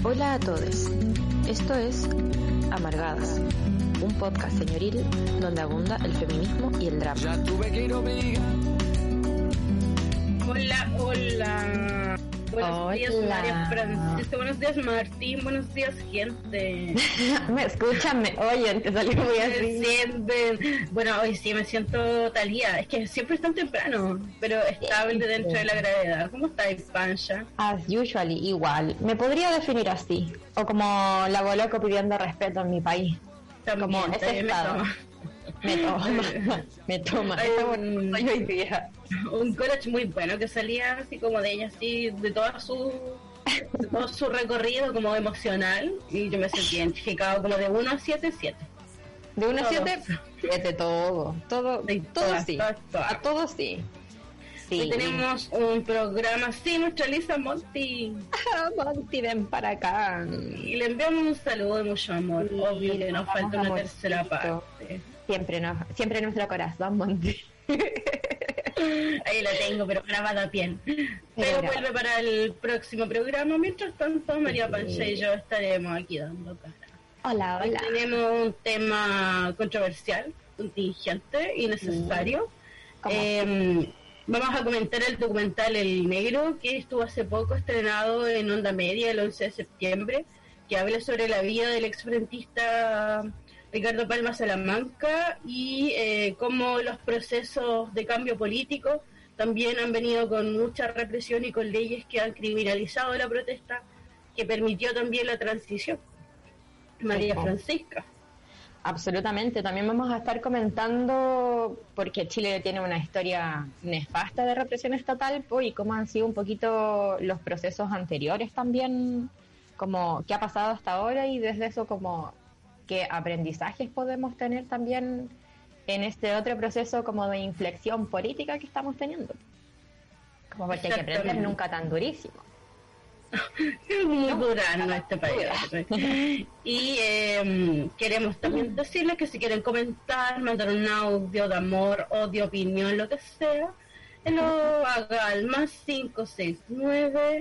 Hola a todos, esto es Amargadas, un podcast señoril donde abunda el feminismo y el drama. Ya tuve que ir obligar. Hola. Buenos días, María Francisca. Buenos días, Martín. Buenos días, gente. Escúchame, oye, te salió muy así. Me sienten. Bueno, hoy sí me siento Talía. Es que siempre es tan temprano, pero estable dentro de la gravedad. ¿Cómo estáis, Pancha? As usual, igual. Me podría definir así, o como la Boloco pidiendo respeto en mi país. También, como ese estado. Me toma. Soy hoy día. Un collage muy bueno que salía así como de ella, así de todo su recorrido como emocional, y yo me sentí identificado como de 1 a 7, 7. De 1 a 7, 7 todo sí. Todas. A todos sí. Sí. Hoy tenemos un programa, sí, nuestra Lisa Monty. Monty, ven para acá. Y le enviamos un saludo de mucho amor. Sí, obvio que nos falta una tercera amorcito. parte. Siempre en nuestro corazón, Monty. Ahí la tengo, pero grabada bien. Pero vuelve para el próximo programa. Mientras tanto, María Pancha y yo estaremos aquí dando cara. Hola. Hoy tenemos un tema controversial, contingente y necesario. Vamos a comentar el documental El Negro, que estuvo hace poco estrenado en Onda Media el 11 de septiembre, que habla sobre la vida del exfrentista Ricardo Palma Salamanca y cómo los procesos de cambio político también han venido con mucha represión y con leyes que han criminalizado la protesta, que permitió también la transición. María Francisca. Absolutamente, también vamos a estar comentando, porque Chile tiene una historia nefasta de represión estatal, y cómo han sido un poquito los procesos anteriores también, como qué ha pasado hasta ahora, y desde eso como qué aprendizajes podemos tener también en este otro proceso como de inflexión política que estamos teniendo. Como porque hay que aprender nunca tan durísimo. Es muy dura en este país. Y queremos también decirles que si quieren comentar, mandar un audio de amor o de opinión, lo que sea, lo haga al más 569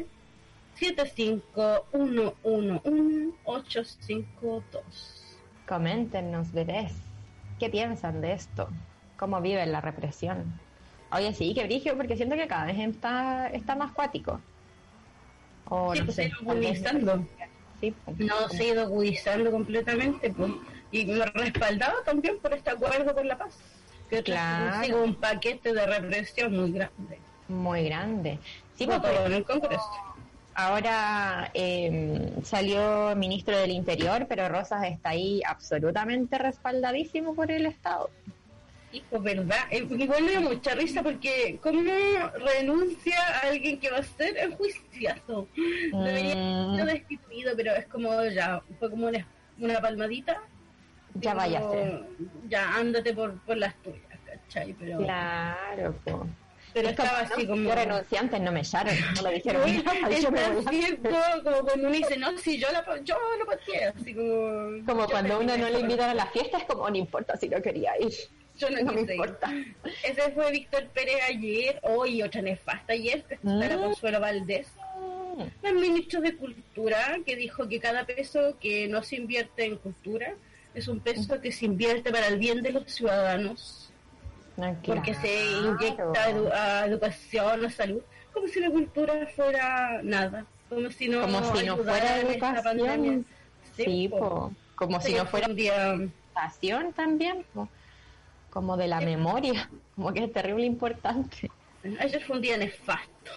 75111 852. Coméntenos, bebés, ¿qué piensan de esto? ¿Cómo viven la represión? Oye, sí, qué brillo, porque siento que cada vez está más cuático. Sí, no sé, agudizando. Sí, no se ha ido agudizando completamente, pues. Y respaldado también por este acuerdo con la paz, que claro, un paquete de represión muy grande. Muy grande. Sí, todo en el Congreso. Ahora salió ministro del Interior, pero Rosas está ahí absolutamente respaldadísimo por el Estado. Hijo, ¿verdad? Igual me da mucha risa porque ¿cómo renuncia a alguien que va a ser enjuiciado? Debería ser destituido, pero es como ya, fue como una palmadita. Ya vaya a ser. Ya, ándate por las tuyas, ¿cachai? Pero, claro, pues. Pero estaba así como... Yo renuncié antes, no me echaron, no lo dijeron. Es cierto, como cuando uno dice, no, si yo lo pateé, así como... Como cuando uno no le invitan a la fiesta, es como, no importa si no quería ir. Yo no me importa. Ese fue Víctor Pérez ayer, hoy otra nefasta ayer, que está la Consuelo Valdés, el ministro de Cultura, que dijo que cada peso que no se invierte en cultura es un peso que se invierte para el bien de los ciudadanos, porque se inyecta a educación o salud, como si la cultura fuera nada, como si no fuera educación. Sí, como si no fuera educación también, como de la memoria, como que es terrible importante. Ayer fue un día nefasto.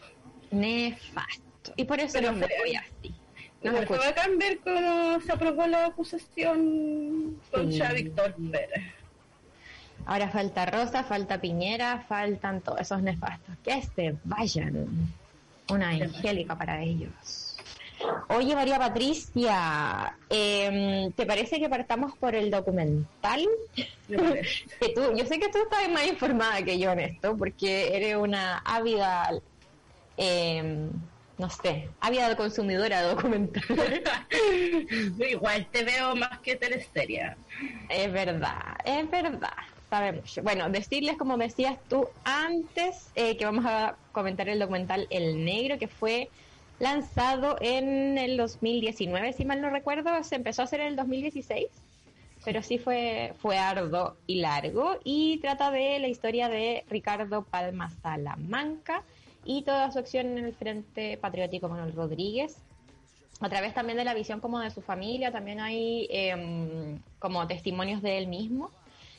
Y por eso no me voy así. No me fue bacán ver cómo se aprobó la acusación contra Víctor Pérez. Ahora falta Rosa, falta Piñera, faltan todos esos nefastos. Que se vayan. Una angélica para ellos. Oye, María Patricia, ¿te parece que partamos por el documental? Yo sé que tú estás más informada que yo en esto, porque eres una ávida, ávida consumidora de documentales. Igual te veo más que teleserie. Es verdad, sabe mucho. Bueno, decirles, como decías tú antes, que vamos a comentar el documental El Negro, que fue lanzado en el 2019, si mal no recuerdo. Se empezó a hacer en el 2016, pero sí fue arduo y largo, y trata de la historia de Ricardo Palma Salamanca y toda su acción en el Frente Patriótico Manuel Rodríguez, a través también de la visión como de su familia. También hay como testimonios de él mismo,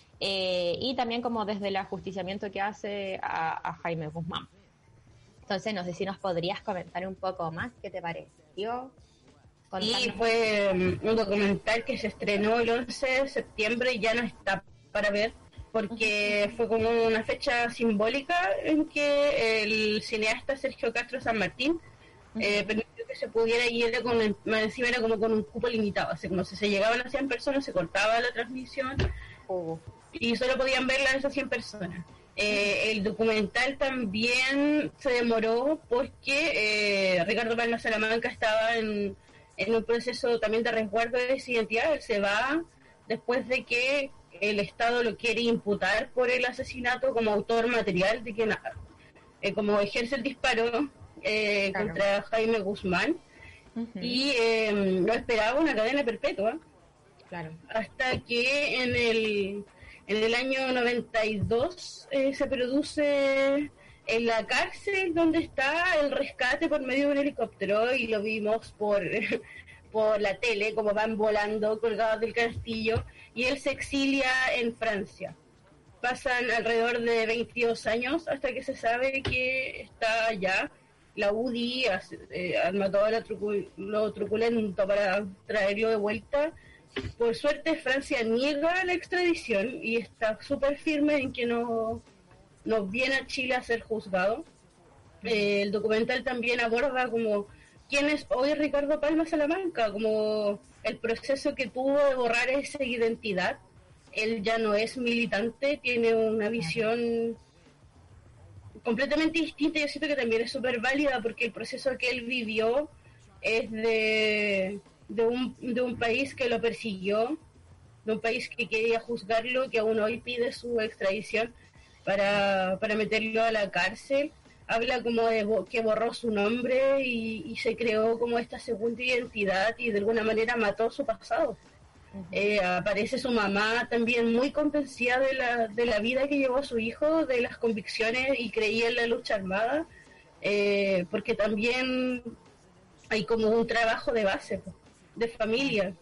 y también como desde el ajusticiamiento que hace a Jaime Guzmán. Entonces, no sé si nos podrías comentar un poco más, ¿qué te pareció? Y fue un documental que se estrenó el 11 de septiembre y ya no está para ver, porque fue como una fecha simbólica en que el cineasta Sergio Castro San Martín permitió que se pudiera ir más encima era como con un cupo limitado, así como si se llegaban a 100 personas se cortaba la transmisión y solo podían verla esas 100 personas. El documental también se demoró porque Ricardo Palma Salamanca estaba en un proceso también de resguardo de su identidad. Él se va después de que el Estado lo quiere imputar por el asesinato como autor material de quien como ejerce el disparo contra Jaime Guzmán, y lo esperaba una cadena perpetua, hasta que en el año 92 se produce en la cárcel donde está el rescate por medio de un helicóptero, y lo vimos por la tele como van volando colgados del castillo, y él se exilia en Francia. Pasan alrededor de 22 años hasta que se sabe que está allá. La UDI arma todo lo truculento para traerlo de vuelta. Por suerte Francia niega la extradición y está súper firme en que no viene a Chile a ser juzgado. El documental también aborda como quién es hoy Ricardo Palma Salamanca, como el proceso que tuvo de borrar esa identidad. Él ya no es militante, tiene una visión completamente distinta. Yo siento que también es súper válida porque el proceso que él vivió es de un país que lo persiguió, de un país que quería juzgarlo, que aún hoy pide su extradición para meterlo a la cárcel. Habla como de que borró su nombre y se creó como esta segunda identidad y de alguna manera mató su pasado. Aparece su mamá también muy convencida de la vida que llevó su hijo, de las convicciones, y creía en la lucha armada, porque también hay como un trabajo de base, de familia,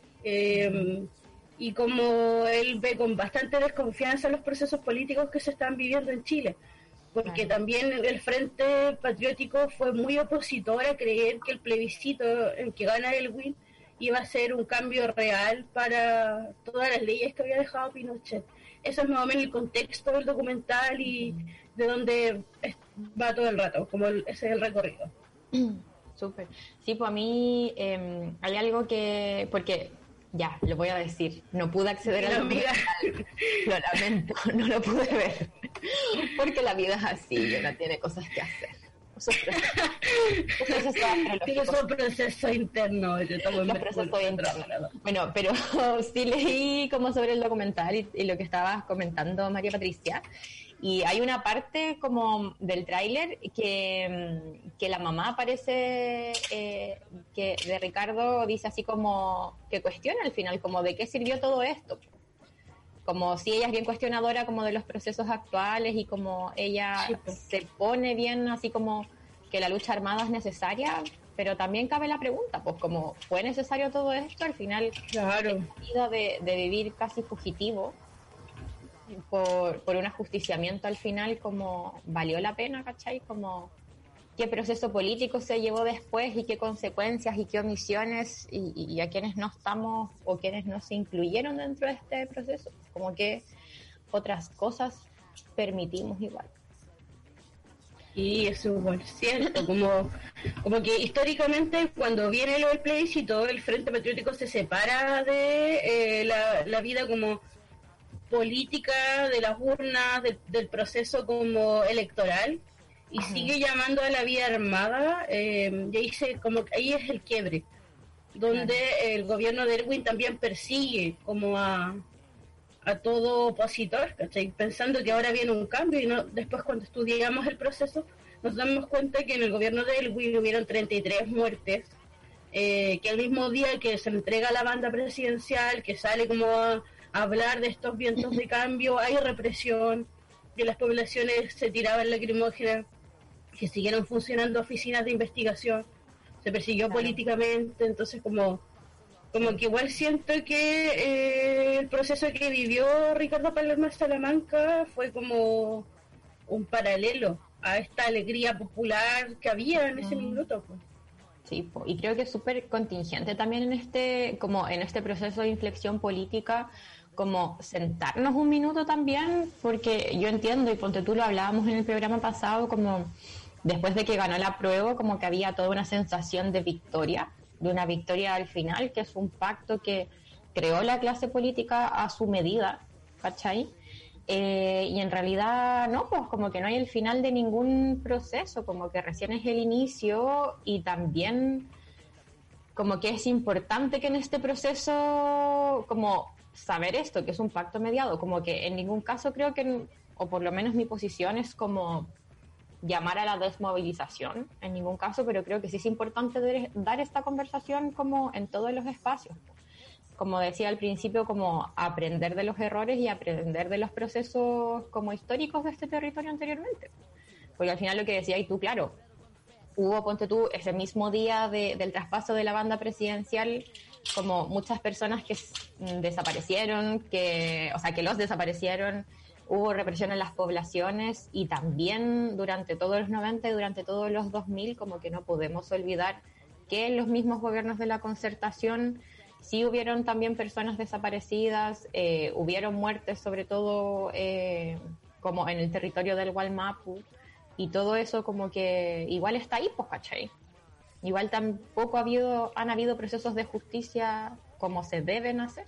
y como él ve con bastante desconfianza los procesos políticos que se están viviendo en Chile, porque también el Frente Patriótico fue muy opositor a creer que el plebiscito en que gana Elwin iba a ser un cambio real para todas las leyes que había dejado Pinochet. Eso es más o menos el contexto del documental y de donde va todo el rato, como ese es el recorrido. Súper. Sí, pues a mí hay algo que, porque ya, lo voy a decir, no pude acceder al documental, lo lamento, no lo pude ver, porque la vida es así, uno tiene cosas que hacer. Tiene su proceso interno. Bueno, pero sí leí como sobre el documental y lo que estabas comentando, María Patricia, y hay una parte como del tráiler que la mamá aparece, que de Ricardo dice así como que cuestiona al final, como de qué sirvió todo esto, como si ella es bien cuestionadora como de los procesos actuales y como ella se pone bien así como que la lucha armada es necesaria, pero también cabe la pregunta, pues como fue necesario todo esto, al final claro, la vida de vivir casi fugitivo por un ajusticiamiento al final, como valió la pena, ¿cachai? Como qué proceso político se llevó después y qué consecuencias y qué omisiones y a quienes no estamos o quienes no se incluyeron dentro de este proceso, como que otras cosas permitimos igual. Y eso es bueno, cierto, como que históricamente cuando viene lo del plebiscito, el Frente Patriótico se separa de la vida como política, de las urnas, del proceso como electoral, y sigue llamando a la vida armada, y ahí es el quiebre, donde el gobierno de Elwin también persigue como a todo opositor, ¿cachai? Pensando que ahora viene un cambio, y no después cuando estudiamos el proceso nos damos cuenta que en el gobierno de Elwin hubieron 33 muertes, que el mismo día que se entrega la banda presidencial, que sale como a hablar de estos vientos de cambio, hay represión, que las poblaciones se tiraban lacrimógenas, que siguieron funcionando oficinas de investigación, se persiguió políticamente, entonces como que igual siento que el proceso que vivió Ricardo Palermo Salamanca fue como un paralelo a esta alegría popular que había en ese minuto, pues. Sí, y creo que es súper contingente también en este proceso de inflexión política, como sentarnos un minuto también, porque yo entiendo, y ponte tú, lo hablábamos en el programa pasado, como después de que ganó la prueba, como que había toda una sensación de victoria, de una victoria al final, que es un pacto que creó la clase política a su medida, ¿cachai? Y en realidad no, pues como que no hay el final de ningún proceso, como que recién es el inicio, y también como que es importante que en este proceso como saber esto, que es un pacto mediado, como que en ningún caso creo que, o por lo menos mi posición es como llamar a la desmovilización, en ningún caso, pero creo que sí es importante dar esta conversación como en todos los espacios. Como decía al principio, como aprender de los errores y aprender de los procesos como históricos de este territorio anteriormente. Porque al final lo que decías tú, claro, hubo, ponte tú, ese mismo día del traspaso de la banda presidencial, como muchas personas que desaparecieron, que los desaparecieron, hubo represión en las poblaciones, y también durante todos los 90 y durante todos los 2000, como que no podemos olvidar que en los mismos gobiernos de la Concertación sí hubieron también personas desaparecidas, hubieron muertes sobre todo como en el territorio del Gualmapu, y todo eso como que igual está ahí, pues, ¿cachai? Igual tampoco han habido procesos de justicia como se deben hacer.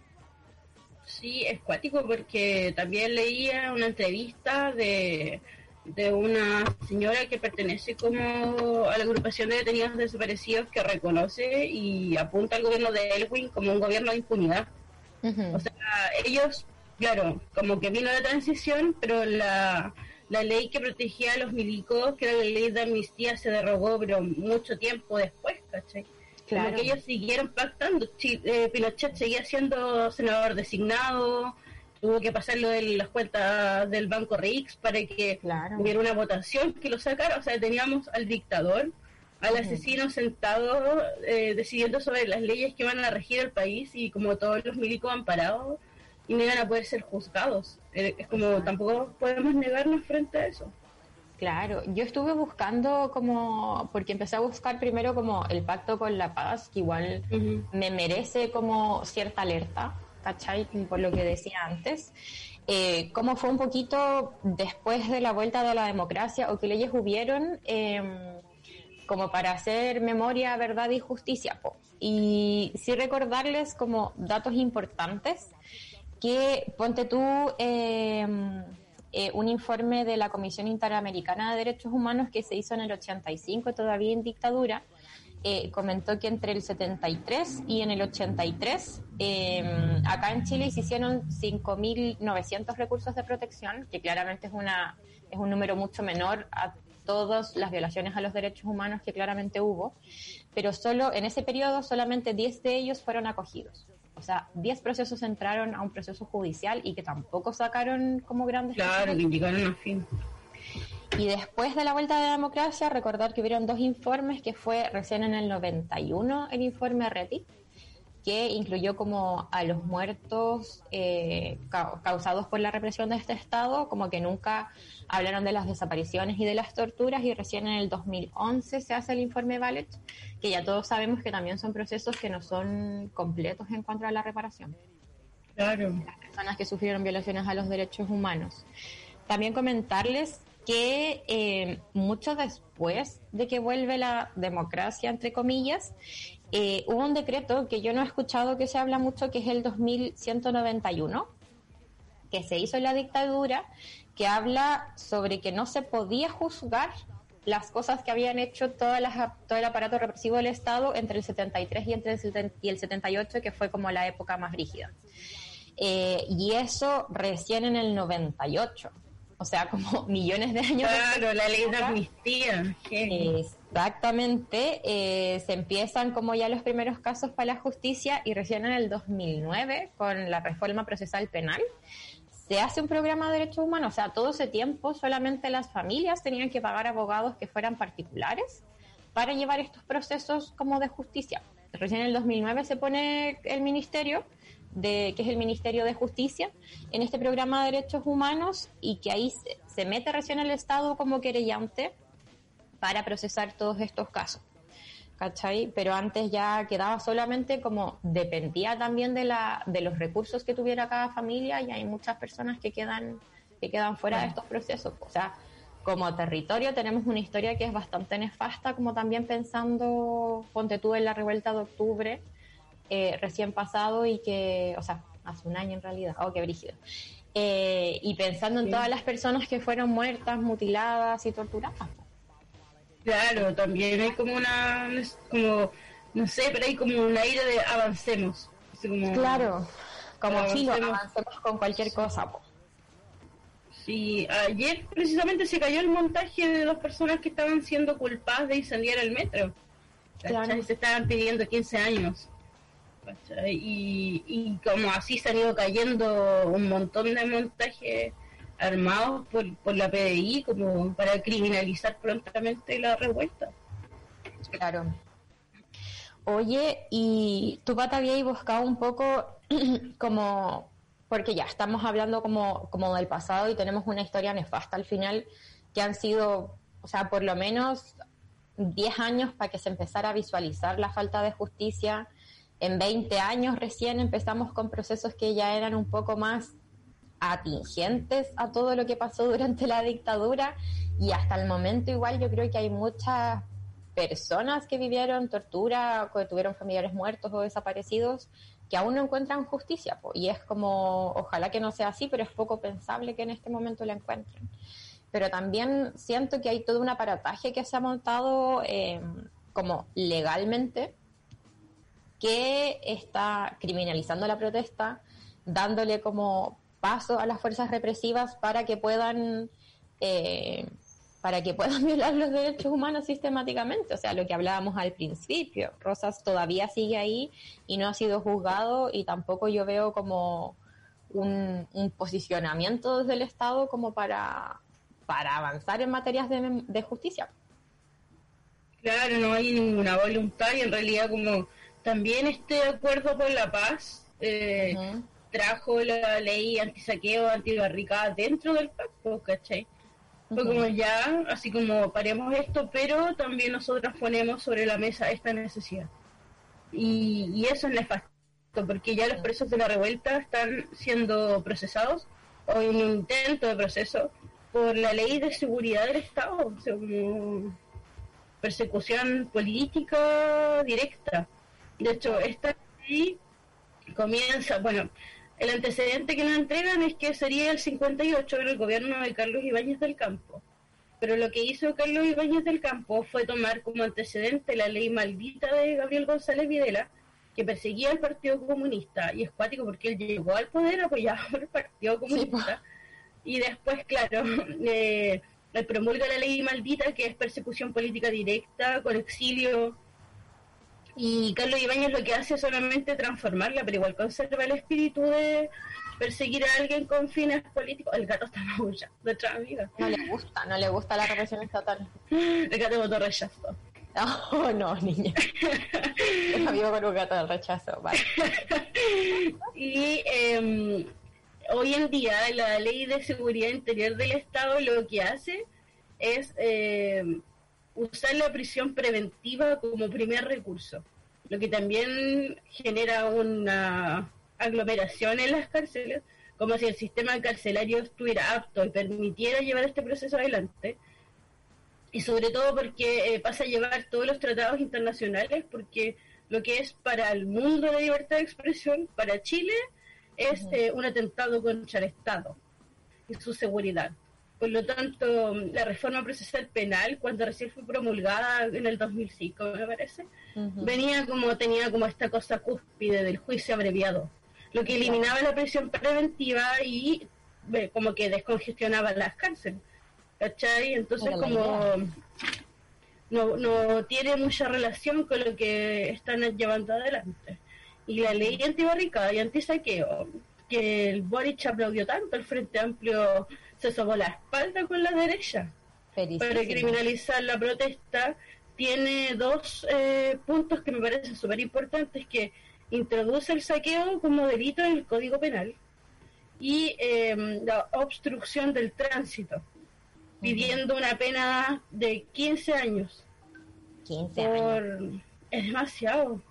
Sí, es cuático porque también leía una entrevista de una señora que pertenece como a la agrupación de detenidos desaparecidos, que reconoce y apunta al gobierno de Elwin como un gobierno de impunidad. Uh-huh. O sea, ellos, claro, como que vino de transición, pero la ley que protegía a los milicos, que era la ley de amnistía, se derogó, pero mucho tiempo después, ¿cachai? Claro. Como que ellos siguieron pactando. Pinochet seguía siendo senador designado, tuvo que pasar lo de las cuentas del Banco Rix para que hubiera una votación que lo sacara. O sea, teníamos al dictador, al asesino sentado decidiendo sobre las leyes que van a regir el país, y como todos los milicos amparados y no iban a poder ser juzgados. Es como tampoco podemos negarnos frente a eso. Claro, yo estuve buscando porque empecé a buscar primero como el pacto con la paz, que igual me merece como cierta alerta, ¿cachai? Por lo que decía antes. Cómo fue un poquito después de la vuelta de la democracia, o qué leyes hubieron como para hacer memoria, verdad y justicia. Y sí recordarles como datos importantes, que ponte tú... un informe de la Comisión Interamericana de Derechos Humanos que se hizo en el 85, todavía en dictadura, comentó que entre el 73 y en el 83 acá en Chile se hicieron 5.900 recursos de protección, que claramente es un número mucho menor a todas las violaciones a los derechos humanos que claramente hubo, pero solo en ese periodo solamente 10 de ellos fueron acogidos. O sea, 10 procesos entraron a un proceso judicial y que tampoco sacaron como grandes... Claro, que indicaron al fin. Y después de la vuelta de la democracia, recordar que hubieron 2 informes, que fue recién en el 91 el informe Reti, que incluyó como a los muertos causados por la represión de este Estado, como que nunca hablaron de las desapariciones y de las torturas, y recién en el 2011 se hace el informe Valech, que ya todos sabemos que también son procesos que no son completos en cuanto a la reparación. Claro. Las personas que sufrieron violaciones a los derechos humanos. También comentarles que mucho después de que vuelve la democracia, entre comillas, hubo un decreto que yo no he escuchado que se habla mucho, que es el 2191, que se hizo en la dictadura, que habla sobre que no se podía juzgar las cosas que habían hecho todo el aparato represivo del Estado entre el 73 y el 78, que fue como la época más rígida. Y eso recién en el 98. o sea, como millones de años. Claro, la ley de amnistía. Exactamente, se empiezan como ya los primeros casos para la justicia y recién en el 2009, con la reforma procesal penal, se hace un programa de derechos humanos. O sea, todo ese tiempo solamente las familias tenían que pagar abogados que fueran particulares para llevar estos procesos como de justicia. Recién en el 2009 se pone el ministerio, que es el Ministerio de Justicia, en este programa de derechos humanos, y que ahí se mete recién el Estado como querellante para procesar todos estos casos, ¿cachai? Pero antes ya quedaba solamente como, dependía también de los recursos que tuviera cada familia, y hay muchas personas que quedan fuera de estos procesos. O sea, como territorio tenemos una historia que es bastante nefasta, como también pensando, ponte tú, en la revuelta de octubre, recién pasado, y que, o sea, hace un año en realidad, qué brígido. Y pensando en todas las personas que fueron muertas, mutiladas y torturadas. Claro, también hay como no sé, pero hay como un aire de avancemos. Así como, claro, como Chile, avancemos con cualquier cosa. Sí, ayer precisamente se cayó el montaje de 2 personas que estaban siendo culpadas de incendiar el metro. Claro. Se estaban pidiendo 15 años. Y como así se han ido cayendo un montón de montajes armados por la PDI como para criminalizar prontamente la revuelta. Claro. Oye, y tú, Pata, habías buscado un poco como, porque ya estamos hablando como del pasado y tenemos una historia nefasta al final, que han sido, o sea, por lo menos 10 años para que se empezara a visualizar la falta de justicia. En 20 años recién empezamos con procesos que ya eran un poco más atingentes a todo lo que pasó durante la dictadura, y hasta el momento igual yo creo que hay muchas personas que vivieron tortura, que tuvieron familiares muertos o desaparecidos, que aún no encuentran justicia, y es como, ojalá que no sea así, pero es poco pensable que en este momento la encuentren. Pero también siento que hay todo un aparataje que se ha montado como legalmente, que está criminalizando la protesta, dándole como paso a las fuerzas represivas para que puedan violar los derechos humanos sistemáticamente. O sea, lo que hablábamos al principio, Rosas todavía sigue ahí y no ha sido juzgado, y tampoco yo veo como un posicionamiento desde el Estado como para avanzar en materias de justicia. Claro, no hay ninguna voluntad, y en realidad como también este acuerdo por la paz trajo la ley antisaqueo, antibarricada dentro del pacto, ¿cachai? Fue como ya, así como paremos esto, pero también nosotros ponemos sobre la mesa esta necesidad. Y eso es nefasto, porque ya los presos de la revuelta están siendo procesados, o en un intento de proceso, por la ley de seguridad del Estado, o sea, como persecución política directa. De hecho, esta ley comienza, bueno, el antecedente que nos entregan es que sería el 58 en el gobierno de Carlos Ibáñez del Campo. Pero lo que hizo Carlos Ibáñez del Campo fue tomar como antecedente la ley maldita de Gabriel González Videla, que perseguía al Partido Comunista, y es cuático porque él llegó al poder apoyado por el Partido Comunista, y después, claro, promulga la ley maldita, que es persecución política directa, con exilio. Y Carlos Ibáñez lo que hace es solamente transformarla, pero igual conserva el espíritu de perseguir a alguien con fines políticos. El gato está maullando, nuestra amiga. No le gusta la represión estatal. El gato votó rechazo. No, niña. Yo vivo con un gato del rechazo, vale. Y hoy en día la Ley de Seguridad Interior del Estado lo que hace es usar la prisión preventiva como primer recurso, lo que también genera una aglomeración en las cárceles, como si el sistema carcelario estuviera apto y permitiera llevar este proceso adelante, y sobre todo porque pasa a llevar todos los tratados internacionales, porque lo que es para el mundo de libertad de expresión, para Chile, es un atentado contra el Estado y su seguridad. Por lo tanto, la reforma procesal penal, cuando recién fue promulgada en el 2005, me parece, tenía como esta cosa cúspide del juicio abreviado, lo que eliminaba la prisión preventiva y como que descongestionaba las cárceles, ¿cachai? Entonces como no tiene mucha relación con lo que están llevando adelante. Y la ley antibarricada y antisaqueo, que el Boric aplaudió tanto, el Frente Amplio se sobó la espalda con la derecha para criminalizar la protesta, tiene dos puntos que me parecen súper importantes, que introduce el saqueo como delito en el Código Penal y la obstrucción del tránsito, pidiendo una pena de 15 años. 15 años. Es demasiado.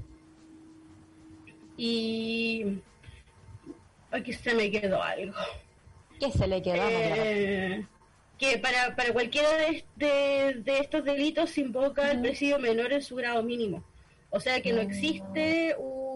Y aquí se me quedó algo. ¿Qué se le quedó? Que para cualquiera de estos delitos se invoca el presidio menor en su grado mínimo. O sea que no existe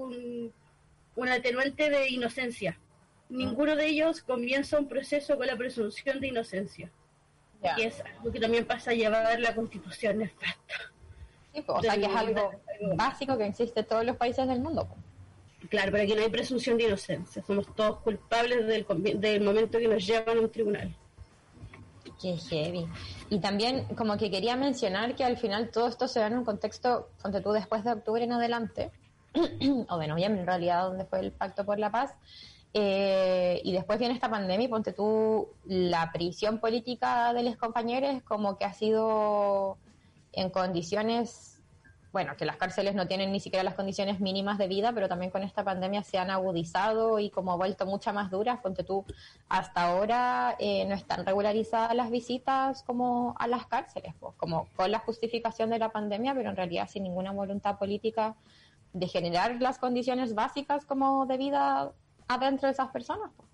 un atenuante de inocencia. Ninguno de ellos comienza un proceso con la presunción de inocencia. Y es algo que también pasa a llevar la Constitución nefasta. Sí, pues, o sea que es algo básico que existe en todos los países del mundo. Pues. Claro, pero aquí no hay presunción de inocencia. Somos todos culpables del momento que nos llevan a un tribunal. Qué heavy. Y también como que quería mencionar que al final todo esto se da en un contexto, ponte tú, después de octubre en adelante, o de noviembre en realidad, donde fue el Pacto por la Paz, y después viene esta pandemia y ponte tú, la prisión política de los compañeros como que ha sido en condiciones, bueno, que las cárceles no tienen ni siquiera las condiciones mínimas de vida, pero también con esta pandemia se han agudizado y como vuelto mucho más duras. Ponte tú, hasta ahora no están regularizadas las visitas como a las cárceles, pues, como con la justificación de la pandemia, pero en realidad sin ninguna voluntad política de generar las condiciones básicas como de vida adentro de esas personas. Pues.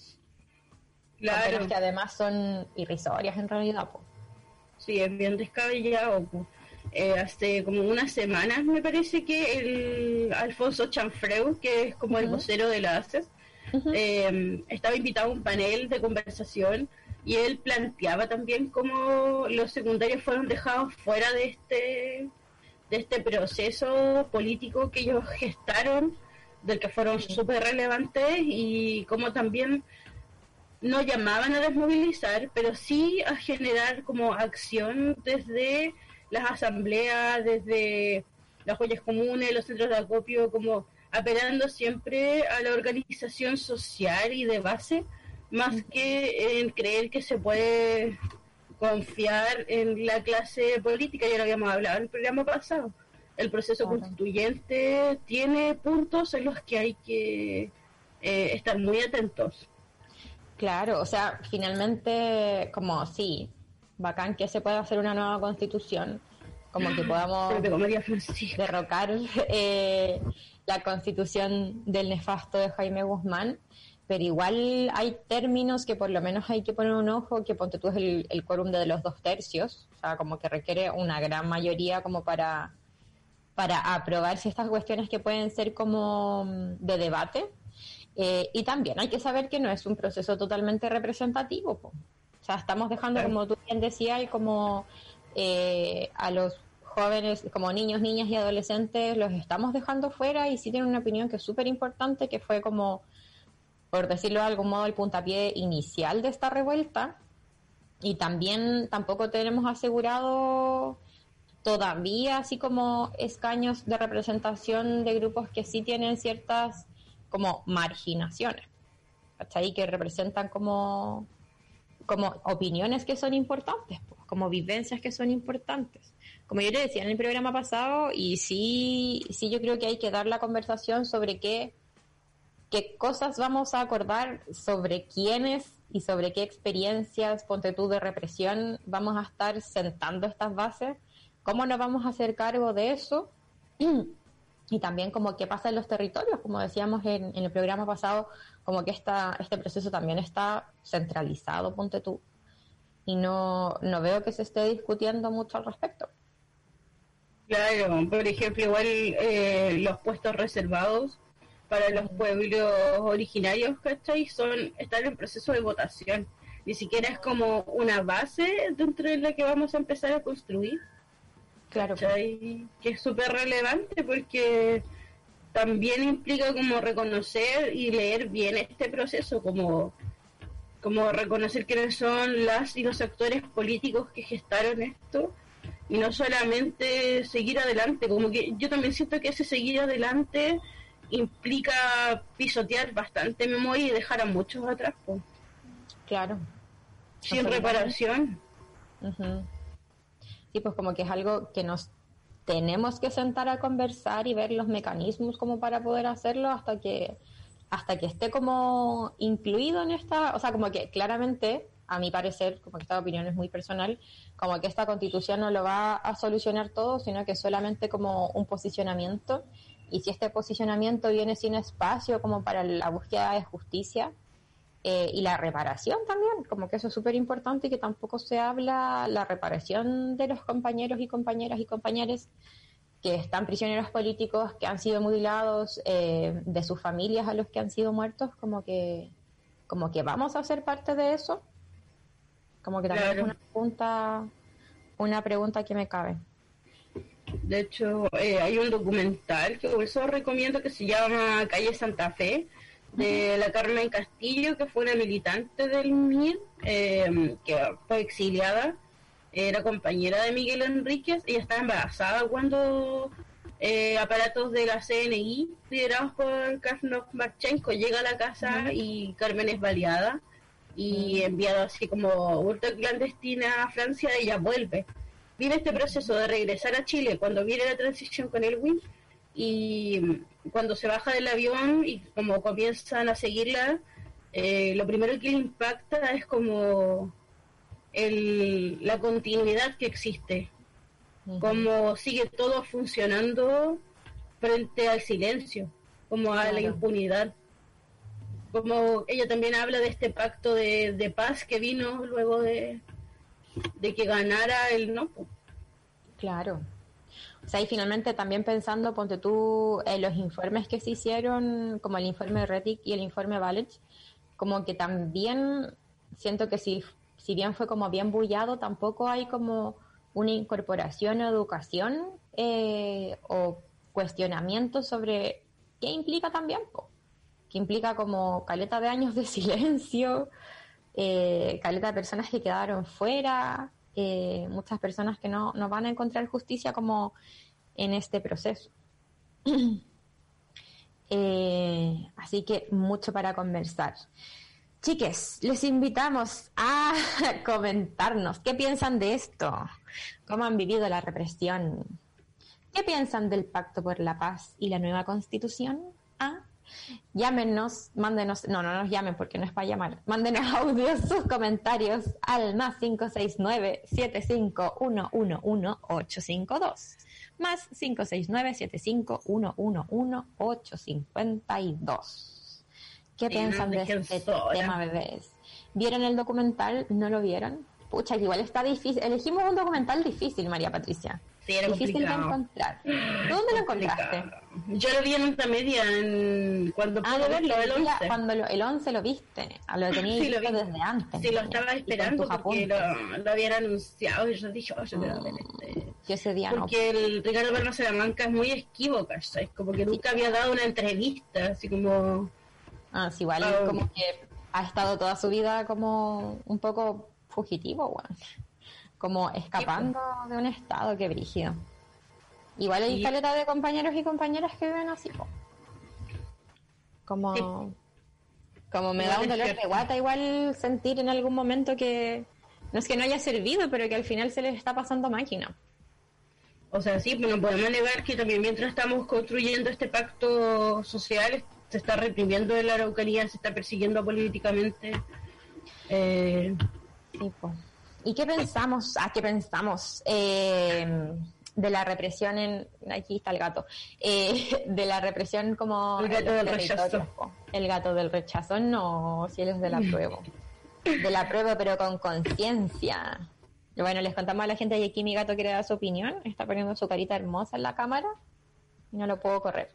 Claro. Pero que además son irrisorias en realidad. Pues. Sí, es bien descabellado, pues. Hace como unas semanas me parece que el Alfonso Chanfreu, que es como el vocero de la ACES, estaba invitado a un panel de conversación y él planteaba también cómo los secundarios fueron dejados fuera de este proceso político que ellos gestaron, del que fueron súper relevantes, y cómo también no llamaban a desmovilizar, pero sí a generar como acción desde las asambleas, desde las ollas comunes, los centros de acopio, como apelando siempre a la organización social y de base, más que en creer que se puede confiar en la clase política. Ya lo habíamos hablado en el programa pasado. El proceso constituyente tiene puntos en los que hay que estar muy atentos. Claro, o sea, finalmente, como sí, bacán que se pueda hacer una nueva constitución, como que podamos derrocar la constitución del nefasto de Jaime Guzmán, pero igual hay términos que por lo menos hay que poner un ojo, que ponte tú es el quórum de los 2/3, o sea, como que requiere una gran mayoría como para aprobar ciertas cuestiones que pueden ser como de debate, y también hay que saber que no es un proceso totalmente representativo, po. O sea, estamos dejando, como tú bien decías, y como a los jóvenes, como niños, niñas y adolescentes, los estamos dejando fuera y sí tienen una opinión que es súper importante, que fue como, por decirlo de algún modo, el puntapié inicial de esta revuelta. Y también tampoco tenemos asegurado todavía así como escaños de representación de grupos que sí tienen ciertas como marginaciones, ¿cachai? Que representan como opiniones que son importantes, pues, como vivencias que son importantes. Como yo le decía en el programa pasado, y sí yo creo que hay que dar la conversación sobre qué cosas vamos a acordar, sobre quiénes y sobre qué experiencias, ponte tú, de represión vamos a estar sentando estas bases, cómo nos vamos a hacer cargo de eso, y también como qué pasa en los territorios, como decíamos en el programa pasado, como que este proceso también está centralizado, ponte tú, y no veo que se esté discutiendo mucho al respecto. Claro, por ejemplo, igual los puestos reservados para los pueblos originarios, ¿cachai? Están en proceso de votación. Ni siquiera es como una base dentro de la que vamos a empezar a construir. Claro. ¿Cachai? Que es súper relevante porque también implica como reconocer y leer bien este proceso, como como reconocer quiénes son las y los actores políticos que gestaron esto, y no solamente seguir adelante, como que yo también siento que ese seguir adelante implica pisotear bastante memoria y dejar a muchos atrás, pues. Claro. Sin reparación. Uh-huh. Sí, pues como que es algo que nos tenemos que sentar a conversar y ver los mecanismos como para poder hacerlo hasta que esté como incluido en esta, o sea, como que claramente, a mi parecer, como que esta opinión es muy personal, como que esta constitución no lo va a solucionar todo, sino que solamente como un posicionamiento, y si este posicionamiento viene sin espacio como para la búsqueda de justicia y la reparación también, como que eso es súper importante y que tampoco se habla la reparación de los compañeros y compañeras y compañeros que están prisioneros políticos, que han sido mutilados, de sus familias a los que han sido muertos, como que vamos a ser parte de eso, como que también claro. Es una pregunta que me cabe. De hecho, hay un documental que por eso recomiendo, que se llama Calle Santa Fe, de la Carmen Castillo, que fue una militante del MIR, que fue exiliada. Era compañera de Miguel Enríquez. Ella estaba embarazada cuando aparatos de la CNI, liderados por Krasnov Marchenko, llega a la casa y Carmen es baleada y enviada así como ultra clandestina a Francia. Ella vuelve. Vive este proceso de regresar a Chile cuando viene la transición con Elwin, y cuando se baja del avión y como comienzan a seguirla, lo primero que le impacta es como la continuidad que existe, como sigue todo funcionando frente al silencio, como a la impunidad. Como ella también habla de este pacto de paz que vino luego de que ganara el no. Claro. O sea, y finalmente también pensando, ponte tú, los informes que se hicieron, como el informe Rettig y el informe Valech, como que también siento que si bien fue como bien bullado, tampoco hay como una incorporación o educación o cuestionamiento sobre qué implica también, que implica como caleta de años de silencio, caleta de personas que quedaron fuera, muchas personas que no van a encontrar justicia como en este proceso. Así que mucho para conversar. Chiques, les invitamos a comentarnos qué piensan de esto, cómo han vivido la represión, qué piensan del Pacto por la Paz y la nueva Constitución. Llámenos, mándenos, no nos llamen porque no es para llamar, mándenos audios, sus comentarios al más 569-75111-852, más 569-75111-852. ¿Qué piensan de este tema, bebés? ¿Vieron el documental? ¿No lo vieron? Pucha, que igual está difícil. Elegimos un documental difícil, María Patricia. Sí, era difícil complicado. de encontrar. ¿Dónde lo encontraste? Yo lo vi en Multimedia cuando pude verlo, el 11. Cuando el 11 lo viste. Lo tenía sí, visto desde antes. Sí, lo estaba esperando porque lo habían anunciado y yo dije, yo quiero ver este. Yo ese día porque el Ricardo Bernal Salamanca es muy esquivo, ¿cachai? Como que nunca había dado una entrevista, así como... sí, igual como que ha estado toda su vida como un poco fugitivo, bueno. Como escapando de un estado que brígido. Igual hay caleta de compañeros y compañeras que viven así, como me da un dolor de guata igual sentir en algún momento que no es que no haya servido, pero que al final se les está pasando máquina. O sea, sí, pero no podemos negar que también mientras estamos construyendo este pacto social se está reprimiendo en la Araucanía, se está persiguiendo políticamente. Sí, pues. ¿Y qué pensamos? De la represión aquí está el gato. De la represión como... El gato del rechazo. El gato del rechazo, no, si él es de la prueba. De la prueba, pero con conciencia. Bueno, les contamos a la gente que aquí mi gato quiere dar su opinión. Está poniendo su carita hermosa en la cámara. No lo puedo correr.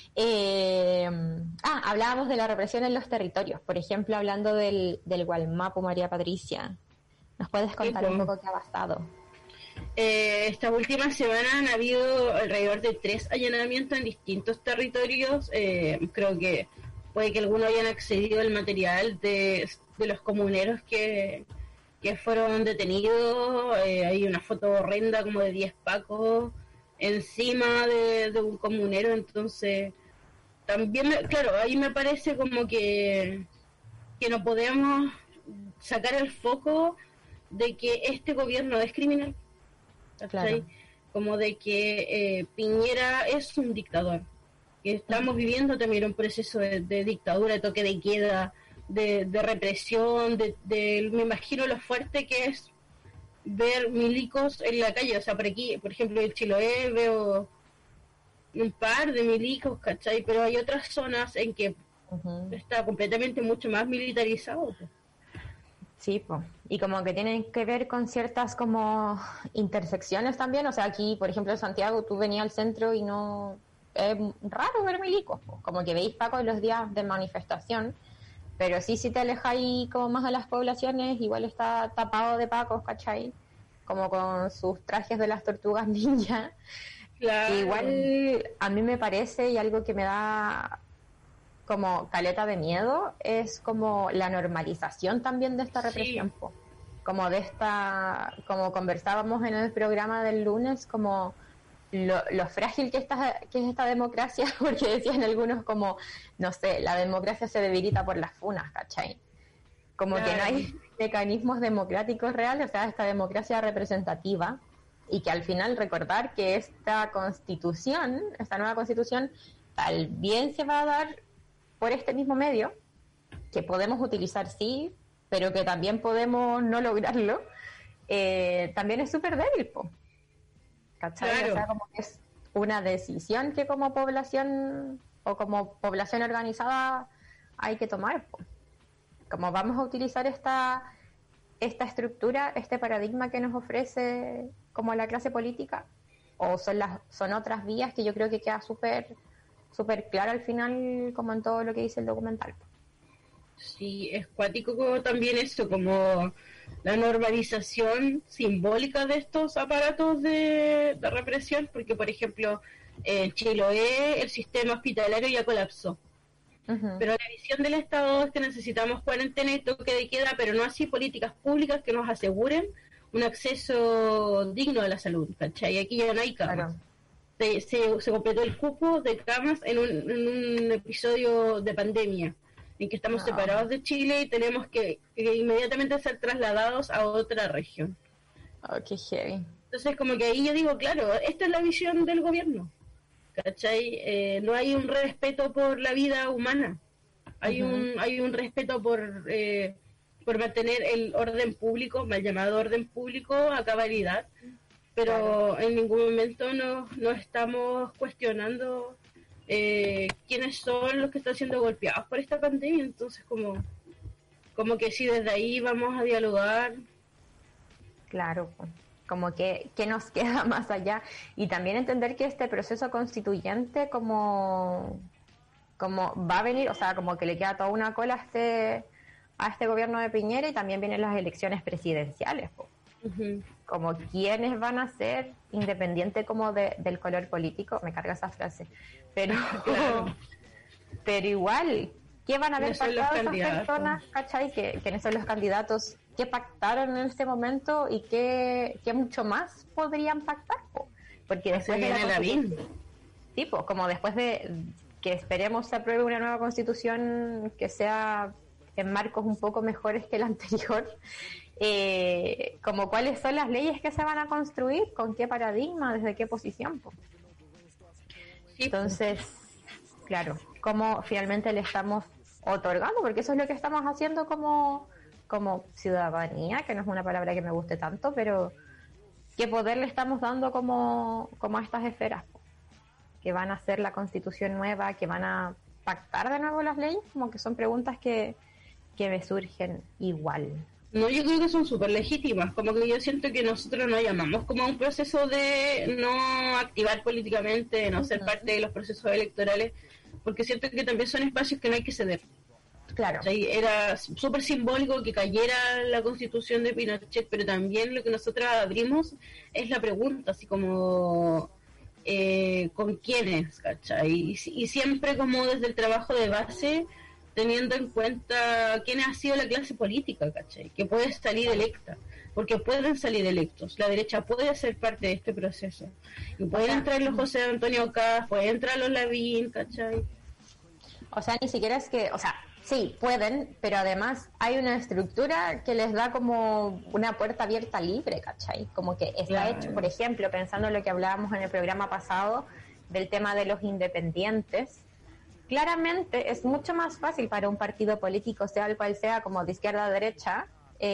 Hablábamos de la represión en los territorios. Por ejemplo, hablando del Gualmapu, María Patricia. ¿Nos puedes contar un poco qué ha pasado? Esta última semana han habido alrededor de 3 allanamientos en distintos territorios. Creo que puede que algunos hayan accedido al material de de los comuneros que fueron detenidos. Hay una foto horrenda como de 10 pacos encima de un comunero, entonces también, claro, ahí me parece como que no podemos sacar el foco de que este gobierno es criminal, Claro. como de que Piñera es un dictador, que estamos viviendo también un proceso de dictadura, de toque de queda, de represión, me imagino lo fuerte que es ver milicos en la calle. O sea, por aquí, por ejemplo, en Chiloé veo un par de milicos, ¿cachai? Pero hay otras zonas en que está completamente mucho más militarizado. Sí, pues. Y como que tienen que ver con ciertas como intersecciones también. O sea, aquí, por ejemplo, en Santiago, tú venías al centro y no... Es raro ver milicos, po. Como que veis pacos los días de manifestación, pero sí, si te alejáis como más a las poblaciones, igual está tapado de pacos, ¿cachai? Como con sus trajes de las tortugas ninja. Claro. Igual a mí me parece, y algo que me da como caleta de miedo, es como la normalización también de esta represión, Sí. po. Como de esta, como conversábamos en el programa del lunes, como lo frágil que es esta democracia, porque decían algunos como, no sé, la democracia se debilita por las funas, ¿cachai? Como Claro. que no hay mecanismos democráticos reales, o sea, esta democracia representativa, y que al final recordar que esta constitución, esta nueva constitución, tal bien se va a dar por este mismo medio, que podemos utilizar sí, pero que también podemos no lograrlo, también es súper débil, po. ¿Cachai? Claro. O sea, como que es una decisión que como población o como población organizada hay que tomar, po. Como vamos a utilizar esta estructura, este paradigma que nos ofrece como la clase política, o son otras vías que yo creo que queda súper claro al final, como en todo lo que dice el documental. Sí, es cuático como también eso, como la normalización simbólica de estos aparatos de represión, porque por ejemplo en Chiloé el sistema hospitalario ya colapsó. Pero la visión del Estado es que necesitamos cuarentena y toque de queda, pero no así políticas públicas que nos aseguren un acceso digno a la salud, ¿cachai? Aquí ya no hay camas. Claro. Se completó el cupo de camas en un episodio de pandemia, en que estamos separados de Chile y tenemos que inmediatamente ser trasladados a otra región. Oh, qué heavy. Entonces, como que ahí yo digo, claro, esta es la visión del gobierno. ¿Cachai? No hay un respeto por la vida humana, hay un respeto por mantener el orden público, mal llamado orden público, a cabalidad, pero en ningún momento no estamos cuestionando quiénes son los que están siendo golpeados por esta pandemia. Entonces como que si desde ahí vamos a dialogar. Claro, como que nos queda más allá, y también entender que este proceso constituyente como va a venir, o sea, como que le queda toda una cola a este gobierno de Piñera, y también vienen las elecciones presidenciales, como quiénes van a ser, independiente como del color político, me carga esa frase, pero claro. Pero igual, ¿qué van a ver pactado esas personas, cachai? ¿Quiénes son los candidatos que pactaron en este momento y qué mucho más podrían pactar? Porque después de la sí, pues, como después de que esperemos se apruebe una nueva constitución que sea en marcos un poco mejores que la anterior, como cuáles son las leyes que se van a construir, con qué paradigma, desde qué posición, pues. Sí, entonces, claro, cómo finalmente le estamos otorgando, porque eso es lo que estamos haciendo como ciudadanía, que no es una palabra que me guste tanto, pero qué poder le estamos dando como a estas esferas, que van a hacer la constitución nueva, que van a pactar de nuevo las leyes, como que son preguntas que me surgen igual. No, yo creo que son súper legítimas, como que yo siento que nosotros nos llamamos como a un proceso de no activar políticamente, no ser parte de los procesos electorales, porque siento que también son espacios que no hay que ceder. Claro. O sea, era súper simbólico que cayera la constitución de Pinochet, pero también lo que nosotros abrimos es la pregunta, así como ¿con quiénes? ¿Cachai? Y siempre como desde el trabajo de base, teniendo en cuenta quién ha sido la clase política, ¿cachai? Que puede salir electa, porque pueden salir electos, la derecha puede ser parte de este proceso, y pueden entrar los José Antonio Caz, pueden entrar los Lavín, ¿cachai? O sea, ni siquiera es que, o sea, sí, pueden, pero además hay una estructura que les da como una puerta abierta libre, ¿cachai? Como que está hecho, por ejemplo, pensando en lo que hablábamos en el programa pasado, del tema de los independientes, claramente es mucho más fácil para un partido político, sea el cual sea, como de izquierda a derecha,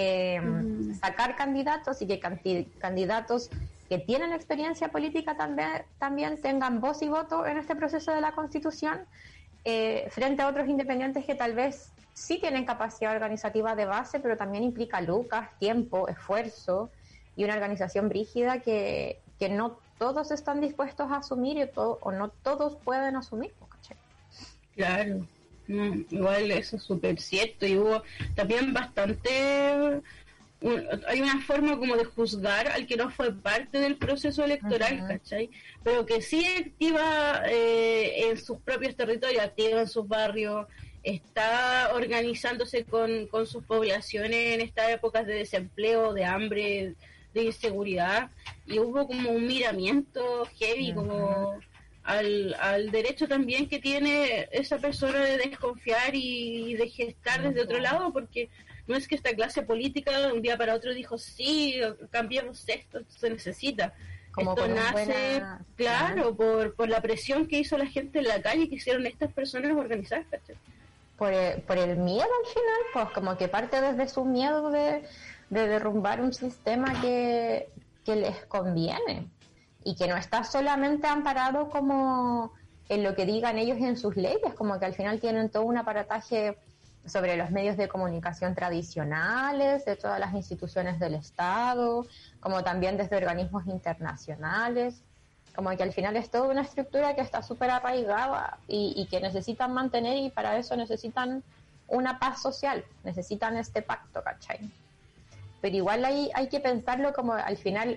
sacar candidatos y que candidatos que tienen experiencia política también tengan voz y voto en este proceso de la Constitución, frente a otros independientes que tal vez sí tienen capacidad organizativa de base, pero también implica lucas, tiempo, esfuerzo y una organización brígida que no todos están dispuestos a asumir o no todos pueden asumir, ¿cachai? Claro, igual eso es súper cierto, y hubo también bastante... hay una forma como de juzgar al que no fue parte del proceso electoral, ¿cachai? Pero que sí activa en sus propios territorios, activa en sus barrios, está organizándose con sus poblaciones en estas épocas de desempleo, de hambre, de inseguridad, y hubo como un miramiento heavy, como al derecho también que tiene esa persona de desconfiar y de gestar desde otro lado, porque no es que esta clase política de un día para otro dijo, sí, cambiemos esto se necesita. Como esto nace, claro, por la presión que hizo la gente en la calle, que hicieron estas personas organizadas, ¿cachai? Por el miedo al final, pues como que parte desde su miedo de derrumbar un sistema que les conviene y que no está solamente amparado como en lo que digan ellos en sus leyes, como que al final tienen todo un aparataje sobre los medios de comunicación tradicionales, de todas las instituciones del Estado, como también desde organismos internacionales, como que al final es toda una estructura que está súper arraigada y que necesitan mantener, y para eso necesitan una paz social, necesitan este pacto, ¿cachai? Pero igual hay que pensarlo como al final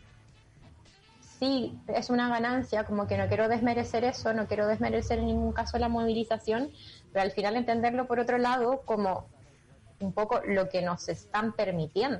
sí es una ganancia, como que no quiero desmerecer eso, no quiero desmerecer en ningún caso la movilización, pero al final entenderlo por otro lado como un poco lo que nos están permitiendo.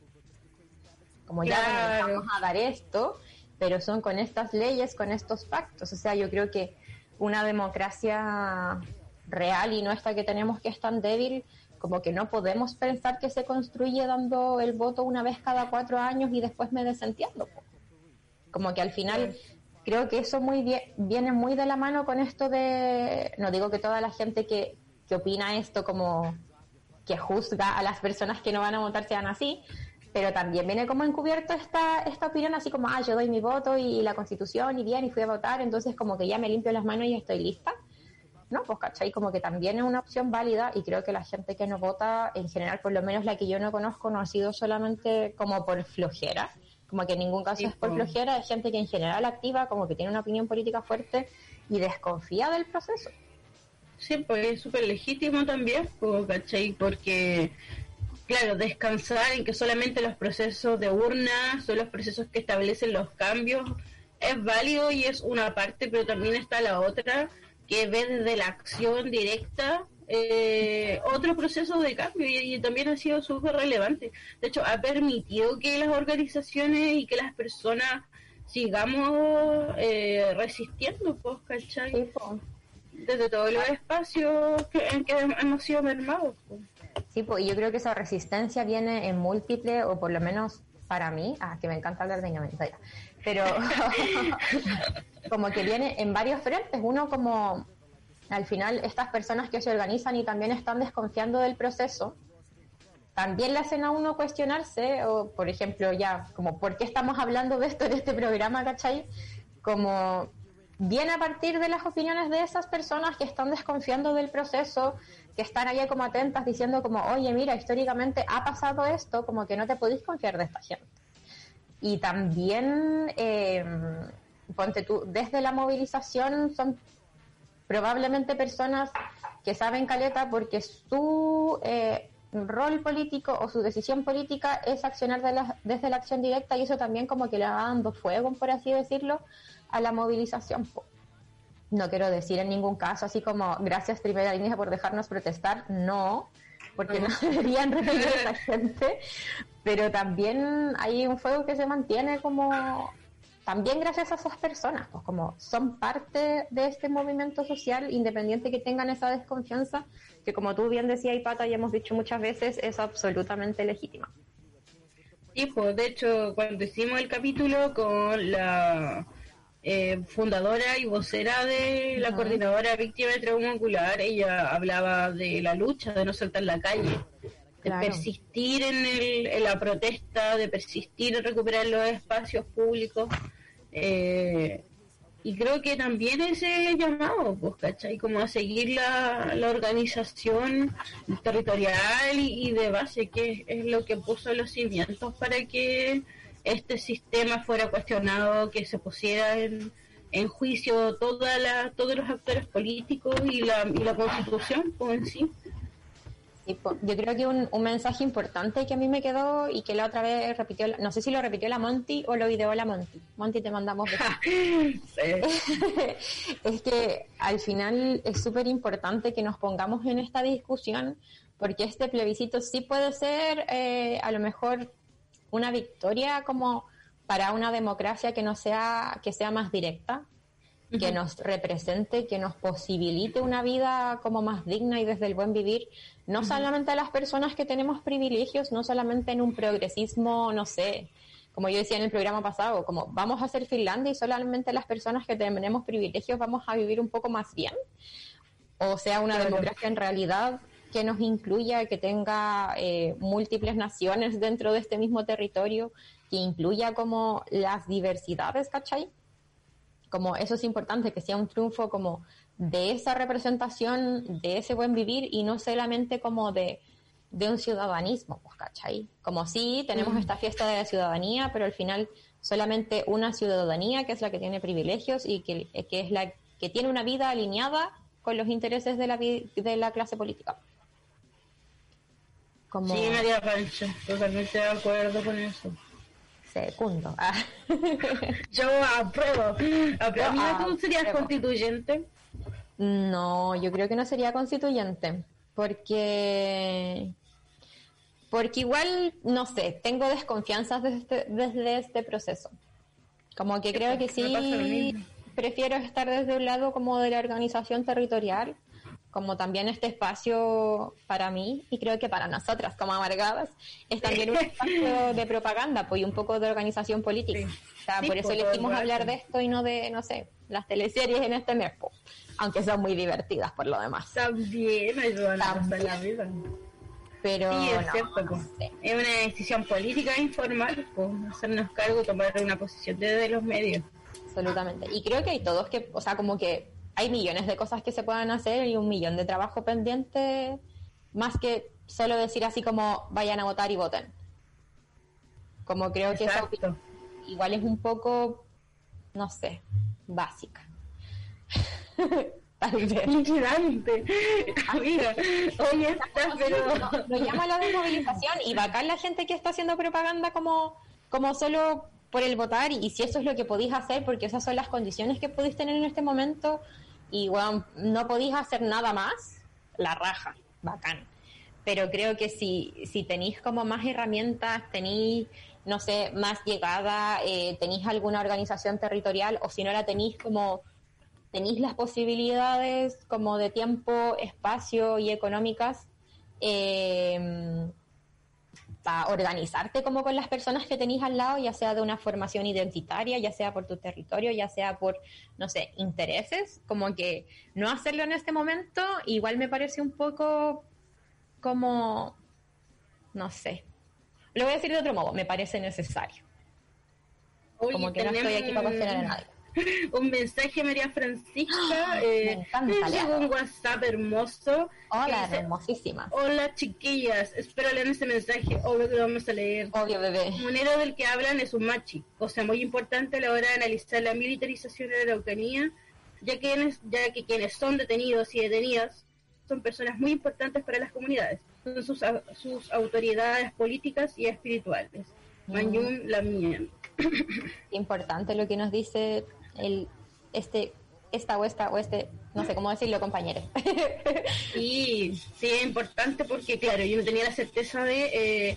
Como ya vamos a dar esto, pero son con estas leyes, con estos pactos. O sea, yo creo que una democracia real y no esta que tenemos, que es tan débil, como que no podemos pensar que se construye dando el voto una vez cada 4 años y después me desentiendo. Como que al final creo que eso viene muy de la mano con esto de, no digo que toda la gente que opina esto como que juzga a las personas que no van a votar sean así, pero también viene como encubierto esta opinión así como, yo doy mi voto y la Constitución y bien, y fui a votar, entonces como que ya me limpio las manos y estoy lista. No, pues ¿cachai? Como que también es una opción válida, y creo que la gente que no vota, en general, por lo menos la que yo no conozco, no ha sido solamente como por flojera, como que en ningún caso es por flojera, es gente que en general activa, como que tiene una opinión política fuerte y desconfía del proceso. Sí, pues es súper legítimo también, ¿cachai? Porque, claro, descansar en que solamente los procesos de urna son los procesos que establecen los cambios es válido y es una parte, pero también está la otra, que ve desde la acción directa otro proceso de cambio, y también ha sido súper relevante. De hecho, ha permitido que las organizaciones y que las personas sigamos resistiendo, pues, ¿cachai? Sí, pues. Desde todos los espacios en que hemos sido mermados. Pues. Sí, pues, y yo creo que esa resistencia viene en múltiples, o por lo menos para mí, que me encanta hablar de ñomentera, pero como que viene en varios frentes. Uno, como al final estas personas que se organizan y también están desconfiando del proceso, también le hacen a uno cuestionarse, o por ejemplo ya, como ¿por qué estamos hablando de esto en este programa, cachai? Como viene a partir de las opiniones de esas personas que están desconfiando del proceso, que están allá como atentas diciendo como, oye, mira, históricamente ha pasado esto, como que no te podéis confiar de esta gente. Y también, ponte tú, desde la movilización son probablemente personas que saben caleta porque su rol político o su decisión política es accionar desde la acción directa, y eso también como que le va dando fuego, por así decirlo, a la movilización. no quiero decir en ningún caso así como gracias primera línea por dejarnos protestar, no, porque no deberían repetir a esa gente, pero también hay un fuego que se mantiene como también gracias a esas personas, pues como son parte de este movimiento social, independiente que tengan esa desconfianza, que como tú bien decías, Pata, y hemos dicho muchas veces, es absolutamente legítima. Sí, pues de hecho, cuando hicimos el capítulo con la fundadora y vocera de la coordinadora víctima de trauma ocular, ella hablaba de la lucha, de no soltar la calle, de persistir en la protesta, de persistir en recuperar los espacios públicos, y creo que también ese llamado, pues, ¿cachai? Como a seguir la organización territorial y de base, que es lo que puso los cimientos para que este sistema fuera cuestionado, que se pusiera en juicio todos los actores políticos y la Constitución, pues, en sí. Sí, yo creo que un mensaje importante que a mí me quedó y que la otra vez repitió, no sé si lo repitió la Monty o lo ideó la Monty. Monty, te mandamos es que al final es súper importante que nos pongamos en esta discusión, porque este plebiscito sí puede ser a lo mejor una victoria como para una democracia que sea más directa, que nos represente, que nos posibilite una vida como más digna y desde el buen vivir, no solamente a las personas que tenemos privilegios, no solamente en un progresismo, no sé, como yo decía en el programa pasado, como vamos a ser Finlandia y solamente las personas que tenemos privilegios vamos a vivir un poco más bien, o sea, una democracia en realidad que nos incluya, que tenga múltiples naciones dentro de este mismo territorio, que incluya como las diversidades, ¿cachai? Como eso es importante, que sea un triunfo como de esa representación, de ese buen vivir y no solamente como de un ciudadanismo, pues, ¿cachai? Como sí, tenemos esta fiesta de la ciudadanía, pero al final solamente una ciudadanía que es la que tiene privilegios y que es la que tiene una vida alineada con los intereses de la clase política. Como... Sí, María Pancho, totalmente de acuerdo con eso. Segundo. Yo apruebo. ¿Tú serías constituyente? No, yo creo que no sería constituyente, porque igual, no sé, tengo desconfianzas desde este proceso. Como que creo que sí, prefiero estar desde un lado como de la organización territorial, como también este espacio para mí, y creo que para nosotras como amargadas, es también un espacio de propaganda, pues, y un poco de organización política. Sí. O sea, por eso elegimos hablar de esto y no de, no sé, las teleseries en este mes, pues, aunque son muy divertidas por lo demás. También ayudan a pasar la vida. Pero sí, es cierto, pues. Sí. Es una decisión política informal, pues, hacernos cargo, tomar una posición desde los medios. Absolutamente. Y creo que hay todos que, o sea, como que hay millones de cosas que se puedan hacer y un millón de trabajo pendiente, más que solo decir así como vayan a votar y voten. Como creo Exacto. Que eso igual es un poco, no sé, básica. Tal vez. Literalmente. Amiga, oye, estás, pero... Lo llama a la desmovilización y bacán la gente que está haciendo propaganda como solo por el votar, y si eso es lo que podéis hacer, porque esas son las condiciones que podéis tener en este momento, y bueno, no podéis hacer nada más, la raja, bacán. Pero creo que si tenéis como más herramientas, tenéis, no sé, más llegada, tenéis alguna organización territorial, o si no la tenéis como, tenéis las posibilidades como de tiempo, espacio y económicas, para organizarte como con las personas que tenéis al lado, ya sea de una formación identitaria, ya sea por tu territorio, ya sea por, no sé, intereses, como que no hacerlo en este momento igual me parece un poco como, no sé, lo voy a decir de otro modo, me parece necesario. Oye, como que no estoy aquí para cuestionar a nadie. Un mensaje, María Francisca, me encanta, llegó un WhatsApp hermoso. Hola, hermosísima. Hola, chiquillas, espero leer ese mensaje, obvio que lo vamos a leer. Obvio, bebé. El monero del que hablan es un machi, cosa muy importante a la hora de analizar la militarización de la Araucanía, ya que quienes son detenidos y detenidas son personas muy importantes para las comunidades, son sus autoridades políticas y espirituales. Mayún Lamien. Importante lo que nos dice este esta o esta o este, no sé cómo decirlo, compañeros. Sí, sí, es importante porque, claro, yo no tenía la certeza de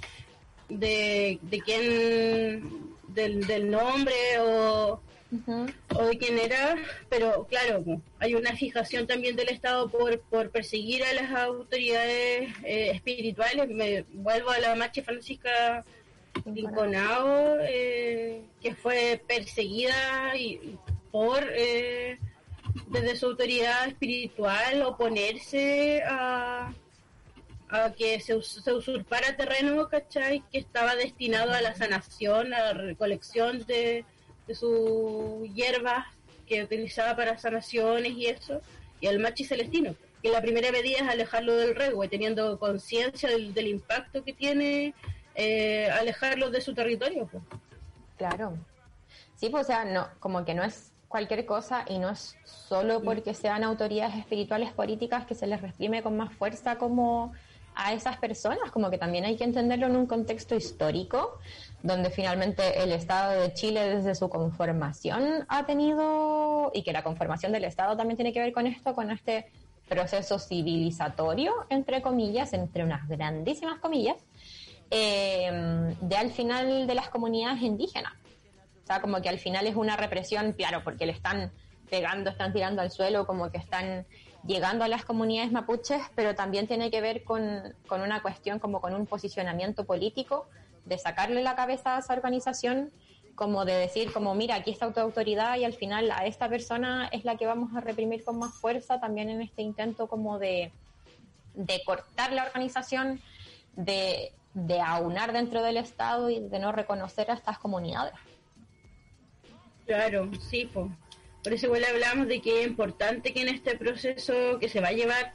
quién, del nombre o de quién era, pero claro, hay una fijación también del Estado por perseguir a las autoridades espirituales. Me vuelvo a la Machi Francisca Rinconado, que fue perseguida por desde su autoridad espiritual oponerse a que se usurpara terreno, ¿cachai? Que estaba destinado a la sanación, a la recolección de sus hierbas que utilizaba para sanaciones y eso, y al Machi Celestino, que la primera medida es alejarlo del Rehue, teniendo conciencia del impacto que tiene alejarlo de su territorio, pues. Claro. Sí, pues, o sea, no, como que no es cualquier cosa y no es solo porque sean autoridades espirituales políticas que se les reprime con más fuerza como a esas personas, como que también hay que entenderlo en un contexto histórico, donde finalmente el Estado de Chile desde su conformación ha tenido, y que la conformación del Estado también tiene que ver con esto, con este proceso civilizatorio, entre comillas, entre unas grandísimas comillas, de al final de las comunidades indígenas. O sea, como que al final es una represión, claro, porque le están pegando, están tirando al suelo, como que están llegando a las comunidades mapuches, pero también tiene que ver con una cuestión, como con un posicionamiento político, de sacarle la cabeza a esa organización, como de decir, como mira, aquí está tu autoridad y al final a esta persona es la que vamos a reprimir con más fuerza, también en este intento como de cortar la organización, de aunar dentro del Estado y de no reconocer a estas comunidades. Claro, sí, pues. Por eso igual hablamos de que es importante que en este proceso que se va a llevar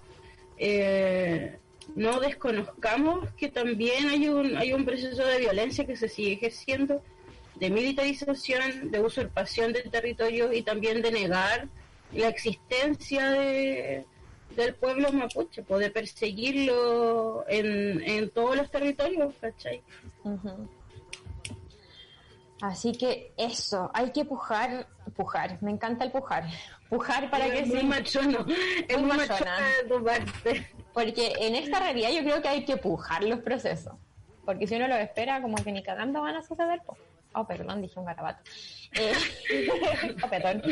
no desconozcamos que también hay un proceso de violencia que se sigue ejerciendo, de militarización, de usurpación de territorios y también de negar la existencia del pueblo mapuche, de perseguirlo en todos los territorios, ¿cachai? Uh-huh. Así que eso, hay que pujar, me encanta el pujar para que es muy machona de tu parte. Porque en esta realidad yo creo que hay que pujar los procesos, porque si uno los espera como que ni cagando van a suceder, pues. Oh, perdón, dije un garabato. Oh, perdón.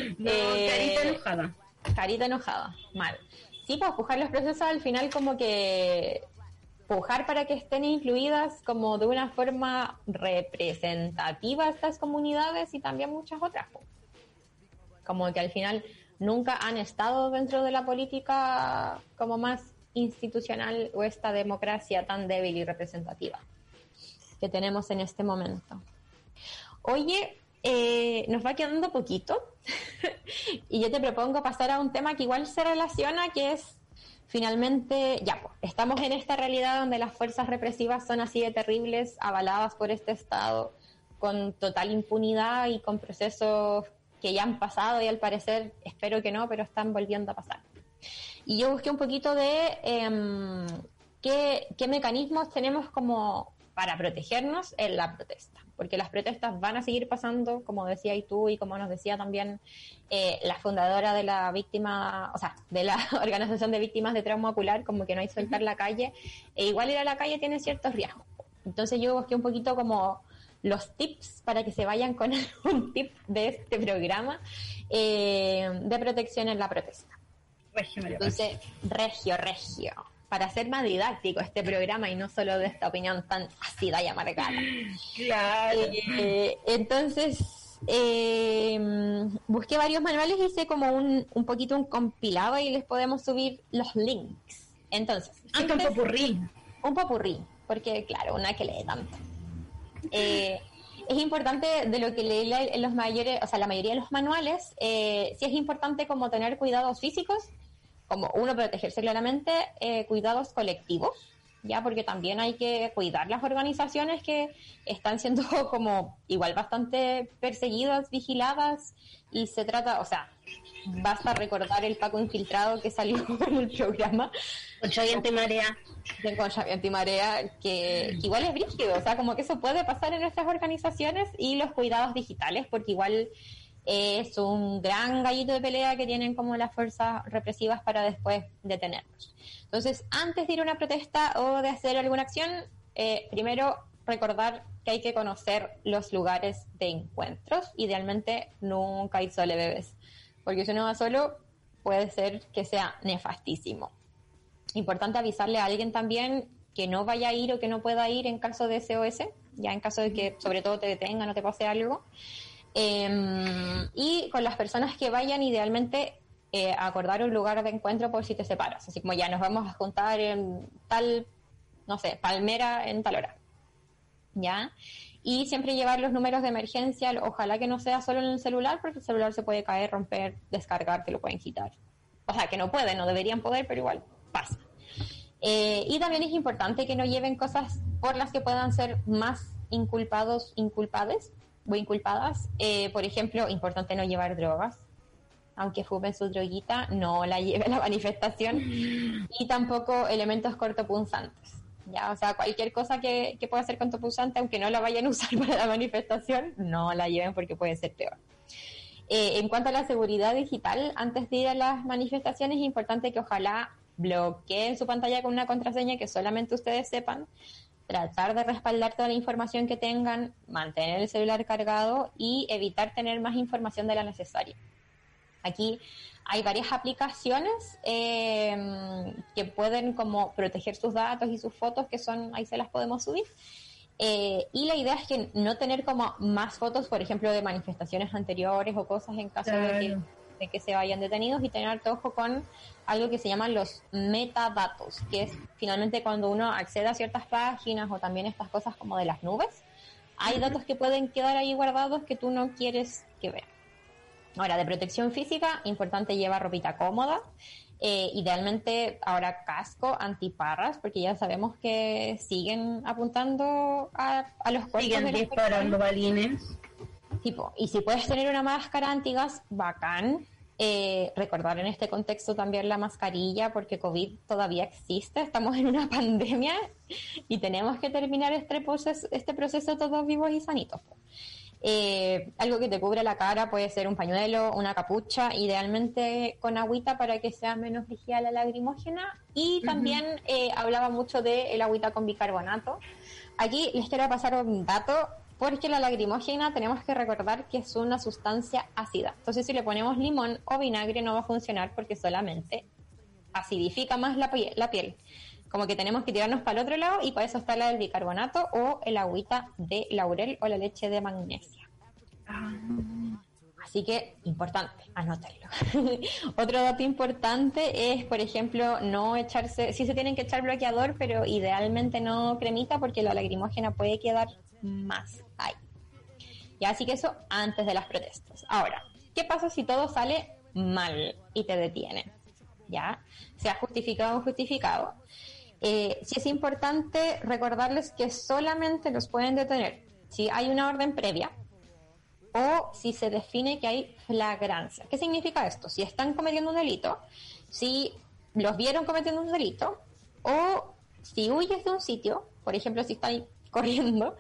Carita enojada, mal. Sí, pues pujar los procesos al final como que pujar para que estén incluidas como de una forma representativa estas comunidades y también muchas otras. Como que al final nunca han estado dentro de la política como más institucional o esta democracia tan débil y representativa que tenemos en este momento. Oye, nos va quedando poquito y yo te propongo pasar a un tema que igual se relaciona, que es finalmente, ya, pues, estamos en esta realidad donde las fuerzas represivas son así de terribles, avaladas por este Estado, con total impunidad y con procesos que ya han pasado y al parecer, espero que no, pero están volviendo a pasar. Y yo busqué un poquito de qué mecanismos tenemos como para protegernos en la protesta, porque las protestas van a seguir pasando, como decía y tú y como nos decía también la fundadora de la víctima, o sea, de la Organización de Víctimas de Trauma Ocular, como que no hay soltar la calle, e igual ir a la calle tiene ciertos riesgos. Entonces yo busqué un poquito como los tips para que se vayan con algún tip de este programa de protección en la protesta. Entonces, regio, para hacer más didáctico este programa y no solo de esta opinión tan ácida y amargada. Claro. Entonces, busqué varios manuales y hice como un poquito un compilado y les podemos subir los links. Entonces, un popurrí, porque claro, una que lee tanto. Es importante de lo que lee en los mayores, o sea, la mayoría de los manuales, sí es importante como tener cuidados físicos, como uno protegerse claramente, cuidados colectivos, ya, porque también hay que cuidar las organizaciones que están siendo como igual bastante perseguidas, vigiladas, y se trata, o sea, basta recordar el Paco infiltrado que salió en el programa con Xavi Antimarea, que igual es brígido, o sea, como que eso puede pasar en nuestras organizaciones, y los cuidados digitales, porque igual es un gran gallito de pelea que tienen como las fuerzas represivas para después detenerlos. Entonces, antes de ir a una protesta o de hacer alguna acción, primero recordar que hay que conocer los lugares de encuentros. Idealmente, nunca ir solo, bebés, porque si uno va solo, puede ser que sea nefastísimo. Importante avisarle a alguien también que no vaya a ir o que no pueda ir en caso de SOS, ya en caso de que sobre todo te detengan o te pase algo. Y con las personas que vayan, idealmente acordar un lugar de encuentro por si te separas, así como ya nos vamos a juntar en tal, no sé, palmera en tal hora, ¿ya? Y siempre llevar los números de emergencia, ojalá que no sea solo en el celular, porque el celular se puede caer, romper, descargar, te lo pueden quitar. O sea, que no pueden, no deberían poder, pero igual pasa. Y también es importante que no lleven cosas por las que puedan ser más inculpados, inculpades o inculpadas. Por ejemplo, importante no llevar drogas. Aunque fumen su droguita, no la lleve a la manifestación. Y tampoco elementos cortopunzantes. Ya, o sea, cualquier cosa que pueda ser cortopunzante, aunque no la vayan a usar para la manifestación, no la lleven porque puede ser peor. En cuanto a la seguridad digital, antes de ir a las manifestaciones, es importante que ojalá bloqueen su pantalla con una contraseña que solamente ustedes sepan, tratar de respaldar toda la información que tengan, mantener el celular cargado y evitar tener más información de la necesaria. Aquí hay varias aplicaciones que pueden como proteger sus datos y sus fotos, que son, ahí se las podemos subir. Y la idea es que no tener como más fotos, por ejemplo, de manifestaciones anteriores o cosas en caso de que se vayan detenidos, y tener harto ojo con algo que se llaman los metadatos, que es finalmente cuando uno accede a ciertas páginas o también estas cosas como de las nubes, hay datos que pueden quedar ahí guardados que tú no quieres que vean. Ahora, de protección física, importante llevar ropita cómoda, idealmente ahora casco, antiparras, porque ya sabemos que siguen apuntando a los cuerpos. Siguen disparando balines. Tipo, y si puedes tener una máscara antigas, bacán. Recordar en este contexto también la mascarilla, porque COVID todavía existe, estamos en una pandemia y tenemos que terminar este proceso todos vivos y sanitos. Algo que te cubra la cara puede ser un pañuelo, una capucha, idealmente con agüita para que sea menos rígida la lagrimógena. Y también hablaba mucho de el agüita con bicarbonato. Aquí les quiero pasar un dato, porque la lagrimógena tenemos que recordar que es una sustancia ácida. Entonces, si le ponemos limón o vinagre no va a funcionar porque solamente acidifica más la piel. Como que tenemos que tirarnos para el otro lado, y para eso está la del bicarbonato o el agüita de laurel o la leche de magnesia. Así que, importante, anótenlo. Otro dato importante es, por ejemplo, no echarse, sí se tienen que echar bloqueador, pero idealmente no cremita, porque la lagrimógena puede quedar más ahí. Ya, así que eso antes de las protestas. Ahora, ¿qué pasa si todo sale mal y te detienen? Ya, sea justificado o injustificado. Sí es importante recordarles que solamente los pueden detener si hay una orden previa o si se define que hay flagrancia. ¿Qué significa esto? Si están cometiendo un delito, si los vieron cometiendo un delito, o si huyes de un sitio, por ejemplo, si están corriendo,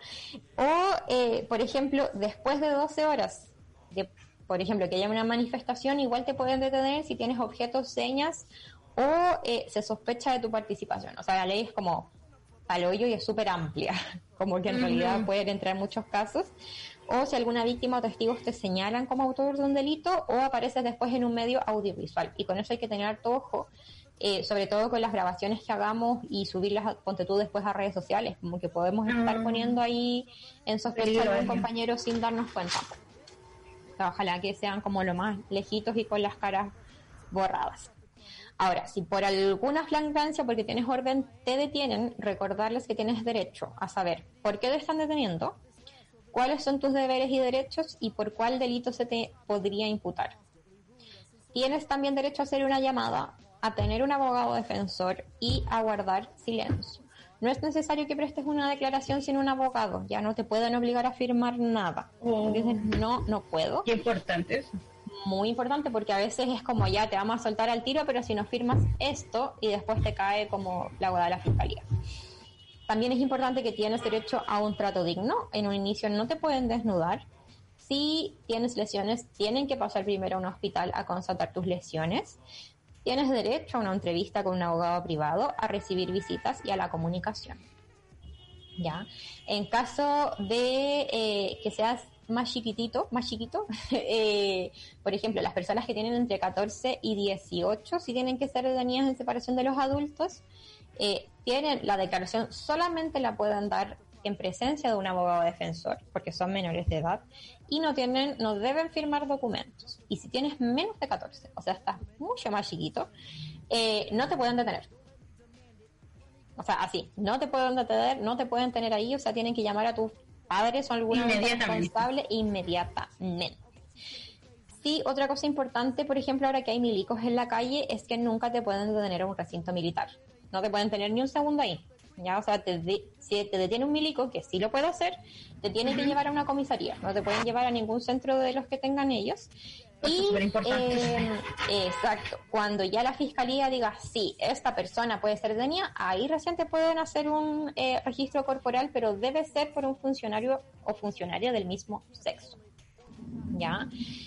o, por ejemplo, después de 12 horas, por ejemplo, que haya una manifestación, igual te pueden detener si tienes objetos, señas, o se sospecha de tu participación. O sea, la ley es como al hoyo y es súper amplia, como que en realidad pueden entrar muchos casos. O si alguna víctima o testigos te señalan como autor de un delito, o apareces después en un medio audiovisual. Y con eso hay que tener harto ojo, sobre todo con las grabaciones que hagamos y subirlas, ponte tú, después a redes sociales, como que podemos estar poniendo ahí en sospecha a algún compañero sin darnos cuenta. O sea, ojalá que sean como lo más lejitos y con las caras borradas. Ahora, si por alguna flagrancia, porque tienes orden, te detienen, recordarles que tienes derecho a saber por qué te están deteniendo, cuáles son tus deberes y derechos y por cuál delito se te podría imputar. Tienes también derecho a hacer una llamada, a tener un abogado defensor y a guardar silencio. No es necesario que prestes una declaración sin un abogado, ya no te pueden obligar a firmar nada. Dices, no puedo. Qué importante eso. Muy importante, porque a veces es como, ya te vamos a soltar al tiro, pero si no firmas esto, y después te cae como la boda de la fiscalía. También es importante que tienes derecho a un trato digno. En un inicio no te pueden desnudar. si tienes lesiones, tienen que pasar primero a un hospital a constatar tus lesiones. Tienes derecho a una entrevista con un abogado privado, a recibir visitas y a la comunicación. ¿Ya? En caso de que seas más chiquito, por ejemplo, las personas que tienen entre 14 y 18, si tienen que ser detenidas en separación de los adultos, tienen la declaración, solamente la pueden dar en presencia de un abogado defensor, porque son menores de edad, y no deben firmar documentos. Y si tienes menos de 14, o sea, estás mucho más chiquito, no te pueden detener. O sea, así, no te pueden detener, no te pueden tener ahí, o sea, tienen que llamar a tus padres o algún responsable inmediatamente. Sí, otra cosa importante, por ejemplo, ahora que hay milicos en la calle, es que nunca te pueden detener a un recinto militar. No te pueden tener ni un segundo ahí. ¿Ya? O sea, si te detiene un milico, que sí lo puede hacer, te tiene que llevar a una comisaría. No te pueden llevar a ningún centro de los que tengan ellos. Eso es súper importante. Exacto. Cuando ya la fiscalía diga, sí, esta persona puede ser detenida, ahí recién te pueden hacer un registro corporal, pero debe ser por un funcionario o funcionaria del mismo sexo. ¿Ya?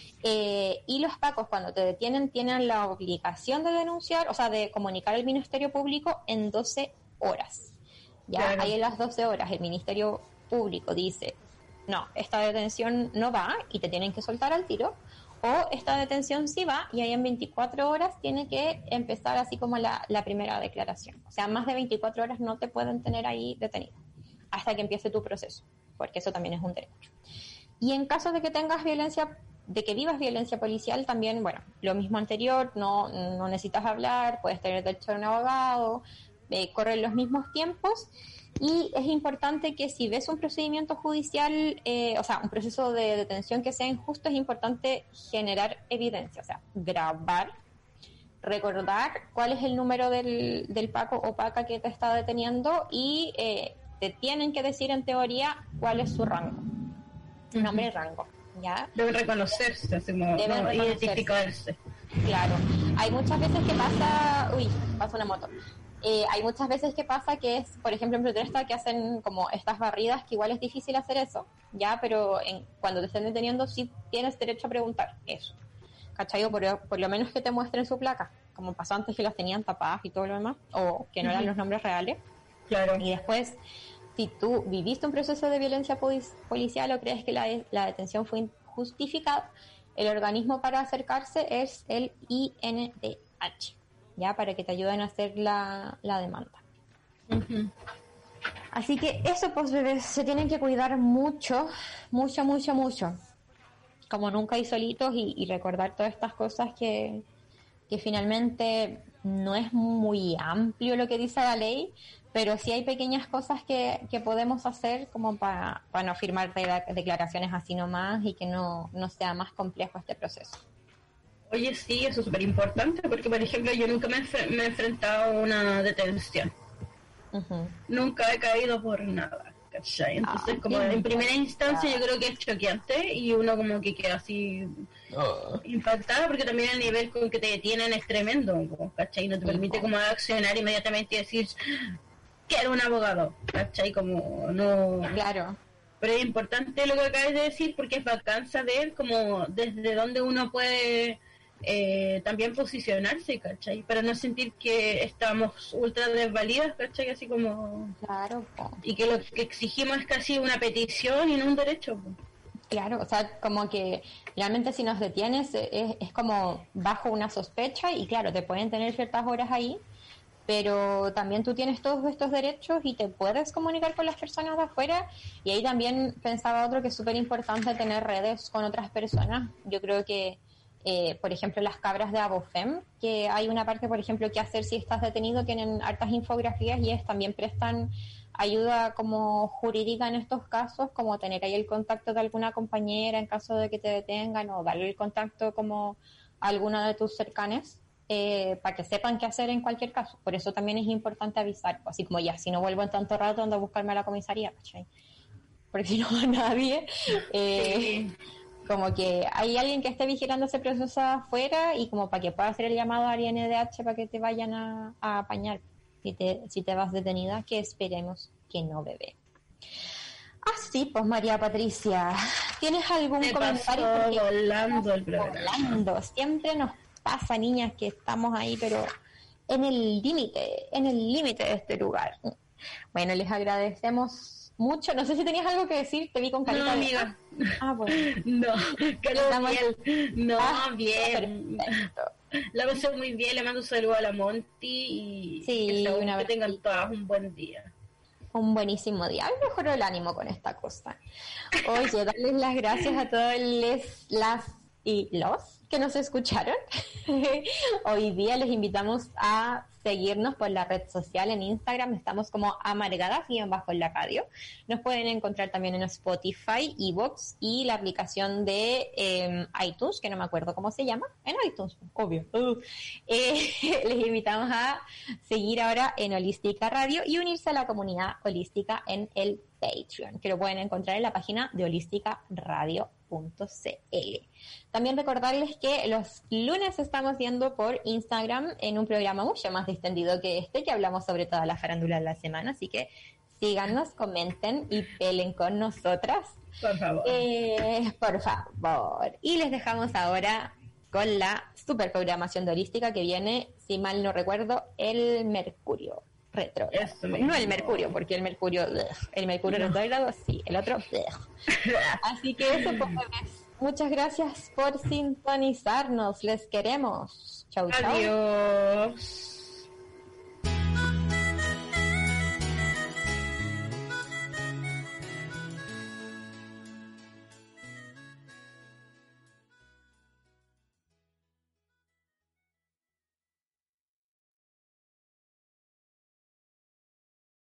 Y los pacos, cuando te detienen, tienen la obligación de denunciar, o sea, de comunicar al Ministerio Público en 12 horas. Ya, claro. Ahí en las 12 horas el Ministerio Público dice, no, esta detención no va y te tienen que soltar al tiro, o esta detención sí va y ahí en 24 horas tiene que empezar así como la primera declaración. O sea, más de 24 horas no te pueden tener ahí detenido hasta que empiece tu proceso, porque eso también es un derecho. Y en caso de que tengas vivas violencia policial, también, bueno, lo mismo anterior, no necesitas hablar, puedes tener derecho a un abogado, corren los mismos tiempos, y es importante que si ves un procedimiento judicial, o sea, un proceso de detención que sea injusto, es importante generar evidencia, o sea, grabar, recordar cuál es el número del Paco o Paca que te está deteniendo y te tienen que decir en teoría cuál es su rango, nombre y rango. ¿Ya? Deben reconocerse, así como identificarse. Claro, hay muchas veces que pasa una moto. Hay muchas veces que pasa que es, por ejemplo, en protesta que hacen como estas barridas, que igual es difícil hacer eso, ya, pero cuando te estén deteniendo sí tienes derecho a preguntar eso, ¿cachai? O por lo menos que te muestren su placa, como pasó antes que las tenían tapadas y todo lo demás, o que no eran los nombres reales. Claro. Y después, si tú viviste un proceso de violencia policial o crees que la detención fue injustificada, el organismo para acercarse es el INDH, ya, para que te ayuden a hacer la demanda. Uh-huh. Así que eso, pues, bebés, se tienen que cuidar mucho, como nunca y solitos, y recordar todas estas cosas que finalmente no es muy amplio lo que dice la ley, pero sí hay pequeñas cosas que podemos hacer como para no firmar declaraciones así nomás y que no sea más complejo este proceso. Oye, sí, eso es súper importante, porque, por ejemplo, yo nunca me he enfrentado a una detención. Uh-huh. Nunca he caído por nada, ¿cachai? Entonces, como en primera instancia, yo creo que es choqueante y uno como que queda así impactado, porque también el nivel con que te detienen es tremendo, ¿cachai? No te permite como accionar inmediatamente y decir, quiero un abogado, ¿cachai? Como no... Claro. Pero es importante lo que acabas de decir, porque es bacán saber como desde dónde uno puede también posicionarse, ¿cachai? Para no sentir que estamos ultra desvalidas, ¿cachai? Así como... Claro. Y que lo que exigimos es casi una petición y no un derecho. Claro, o sea, como que realmente si nos detienes es como bajo una sospecha y claro, te pueden tener ciertas horas ahí, pero también tú tienes todos estos derechos y te puedes comunicar con las personas de afuera. Y ahí también pensaba otro que es súper importante, tener redes con otras personas. Yo creo que, por ejemplo, las cabras de Abofem, que hay una parte, por ejemplo, que hacer si estás detenido, tienen hartas infografías y ellos también prestan ayuda como jurídica en estos casos, como tener ahí el contacto de alguna compañera en caso de que te detengan, o darle el contacto como a alguna de tus cercanes, para que sepan qué hacer en cualquier caso. Por eso también es importante avisar, así como ya, si no vuelvo en tanto rato, ando a buscarme a la comisaría, ¿cachai? Porque si no va nadie, como que hay alguien que esté vigilando ese proceso afuera y como para que pueda hacer el llamado a INDH para que te vayan a apañar si te vas detenida, que esperemos que no, bebé. Así pues, María Patricia, ¿Tienes algún comentario? Pasó volando el programa. Volando. Siempre nos pasa, niñas, que estamos ahí, pero en el límite de este lugar. Bueno, les agradecemos mucho. No sé si tenías algo que decir, te vi con carita No, de... amiga. Bueno. No, bien. No, bien. Perfecto. La pasé muy bien, le mando un saludo a la Monty y Sí, que tengan todas un buen día. Un buenísimo día. A mí me mejoró el ánimo con esta cosa. Oye, darles las gracias a todos las y los que nos escucharon. Hoy día les invitamos a seguirnos por la red social en Instagram. Estamos como amargadas_la radio. Nos pueden encontrar también en Spotify, iVoox y la aplicación de iTunes, que no me acuerdo cómo se llama. En iTunes, obvio. Les invitamos a seguir ahora en Holística Radio y unirse a la comunidad holística en el Patreon, que lo pueden encontrar en la página de holísticaradio.cl. También recordarles que los lunes estamos viendo por Instagram en un programa mucho más distendido que este, que hablamos sobre toda la farándula de la semana, así que síganos, comenten y pelen con nosotras. Por favor. Por favor. Y les dejamos ahora con la super programación de Holística que viene, si mal no recuerdo, el Mercurio retro. No el Mercurio, porque el Mercurio retrógrado, sí, el otro. Así que eso, pues, muchas gracias por sintonizarnos. Les queremos. Chau, chau. Adiós.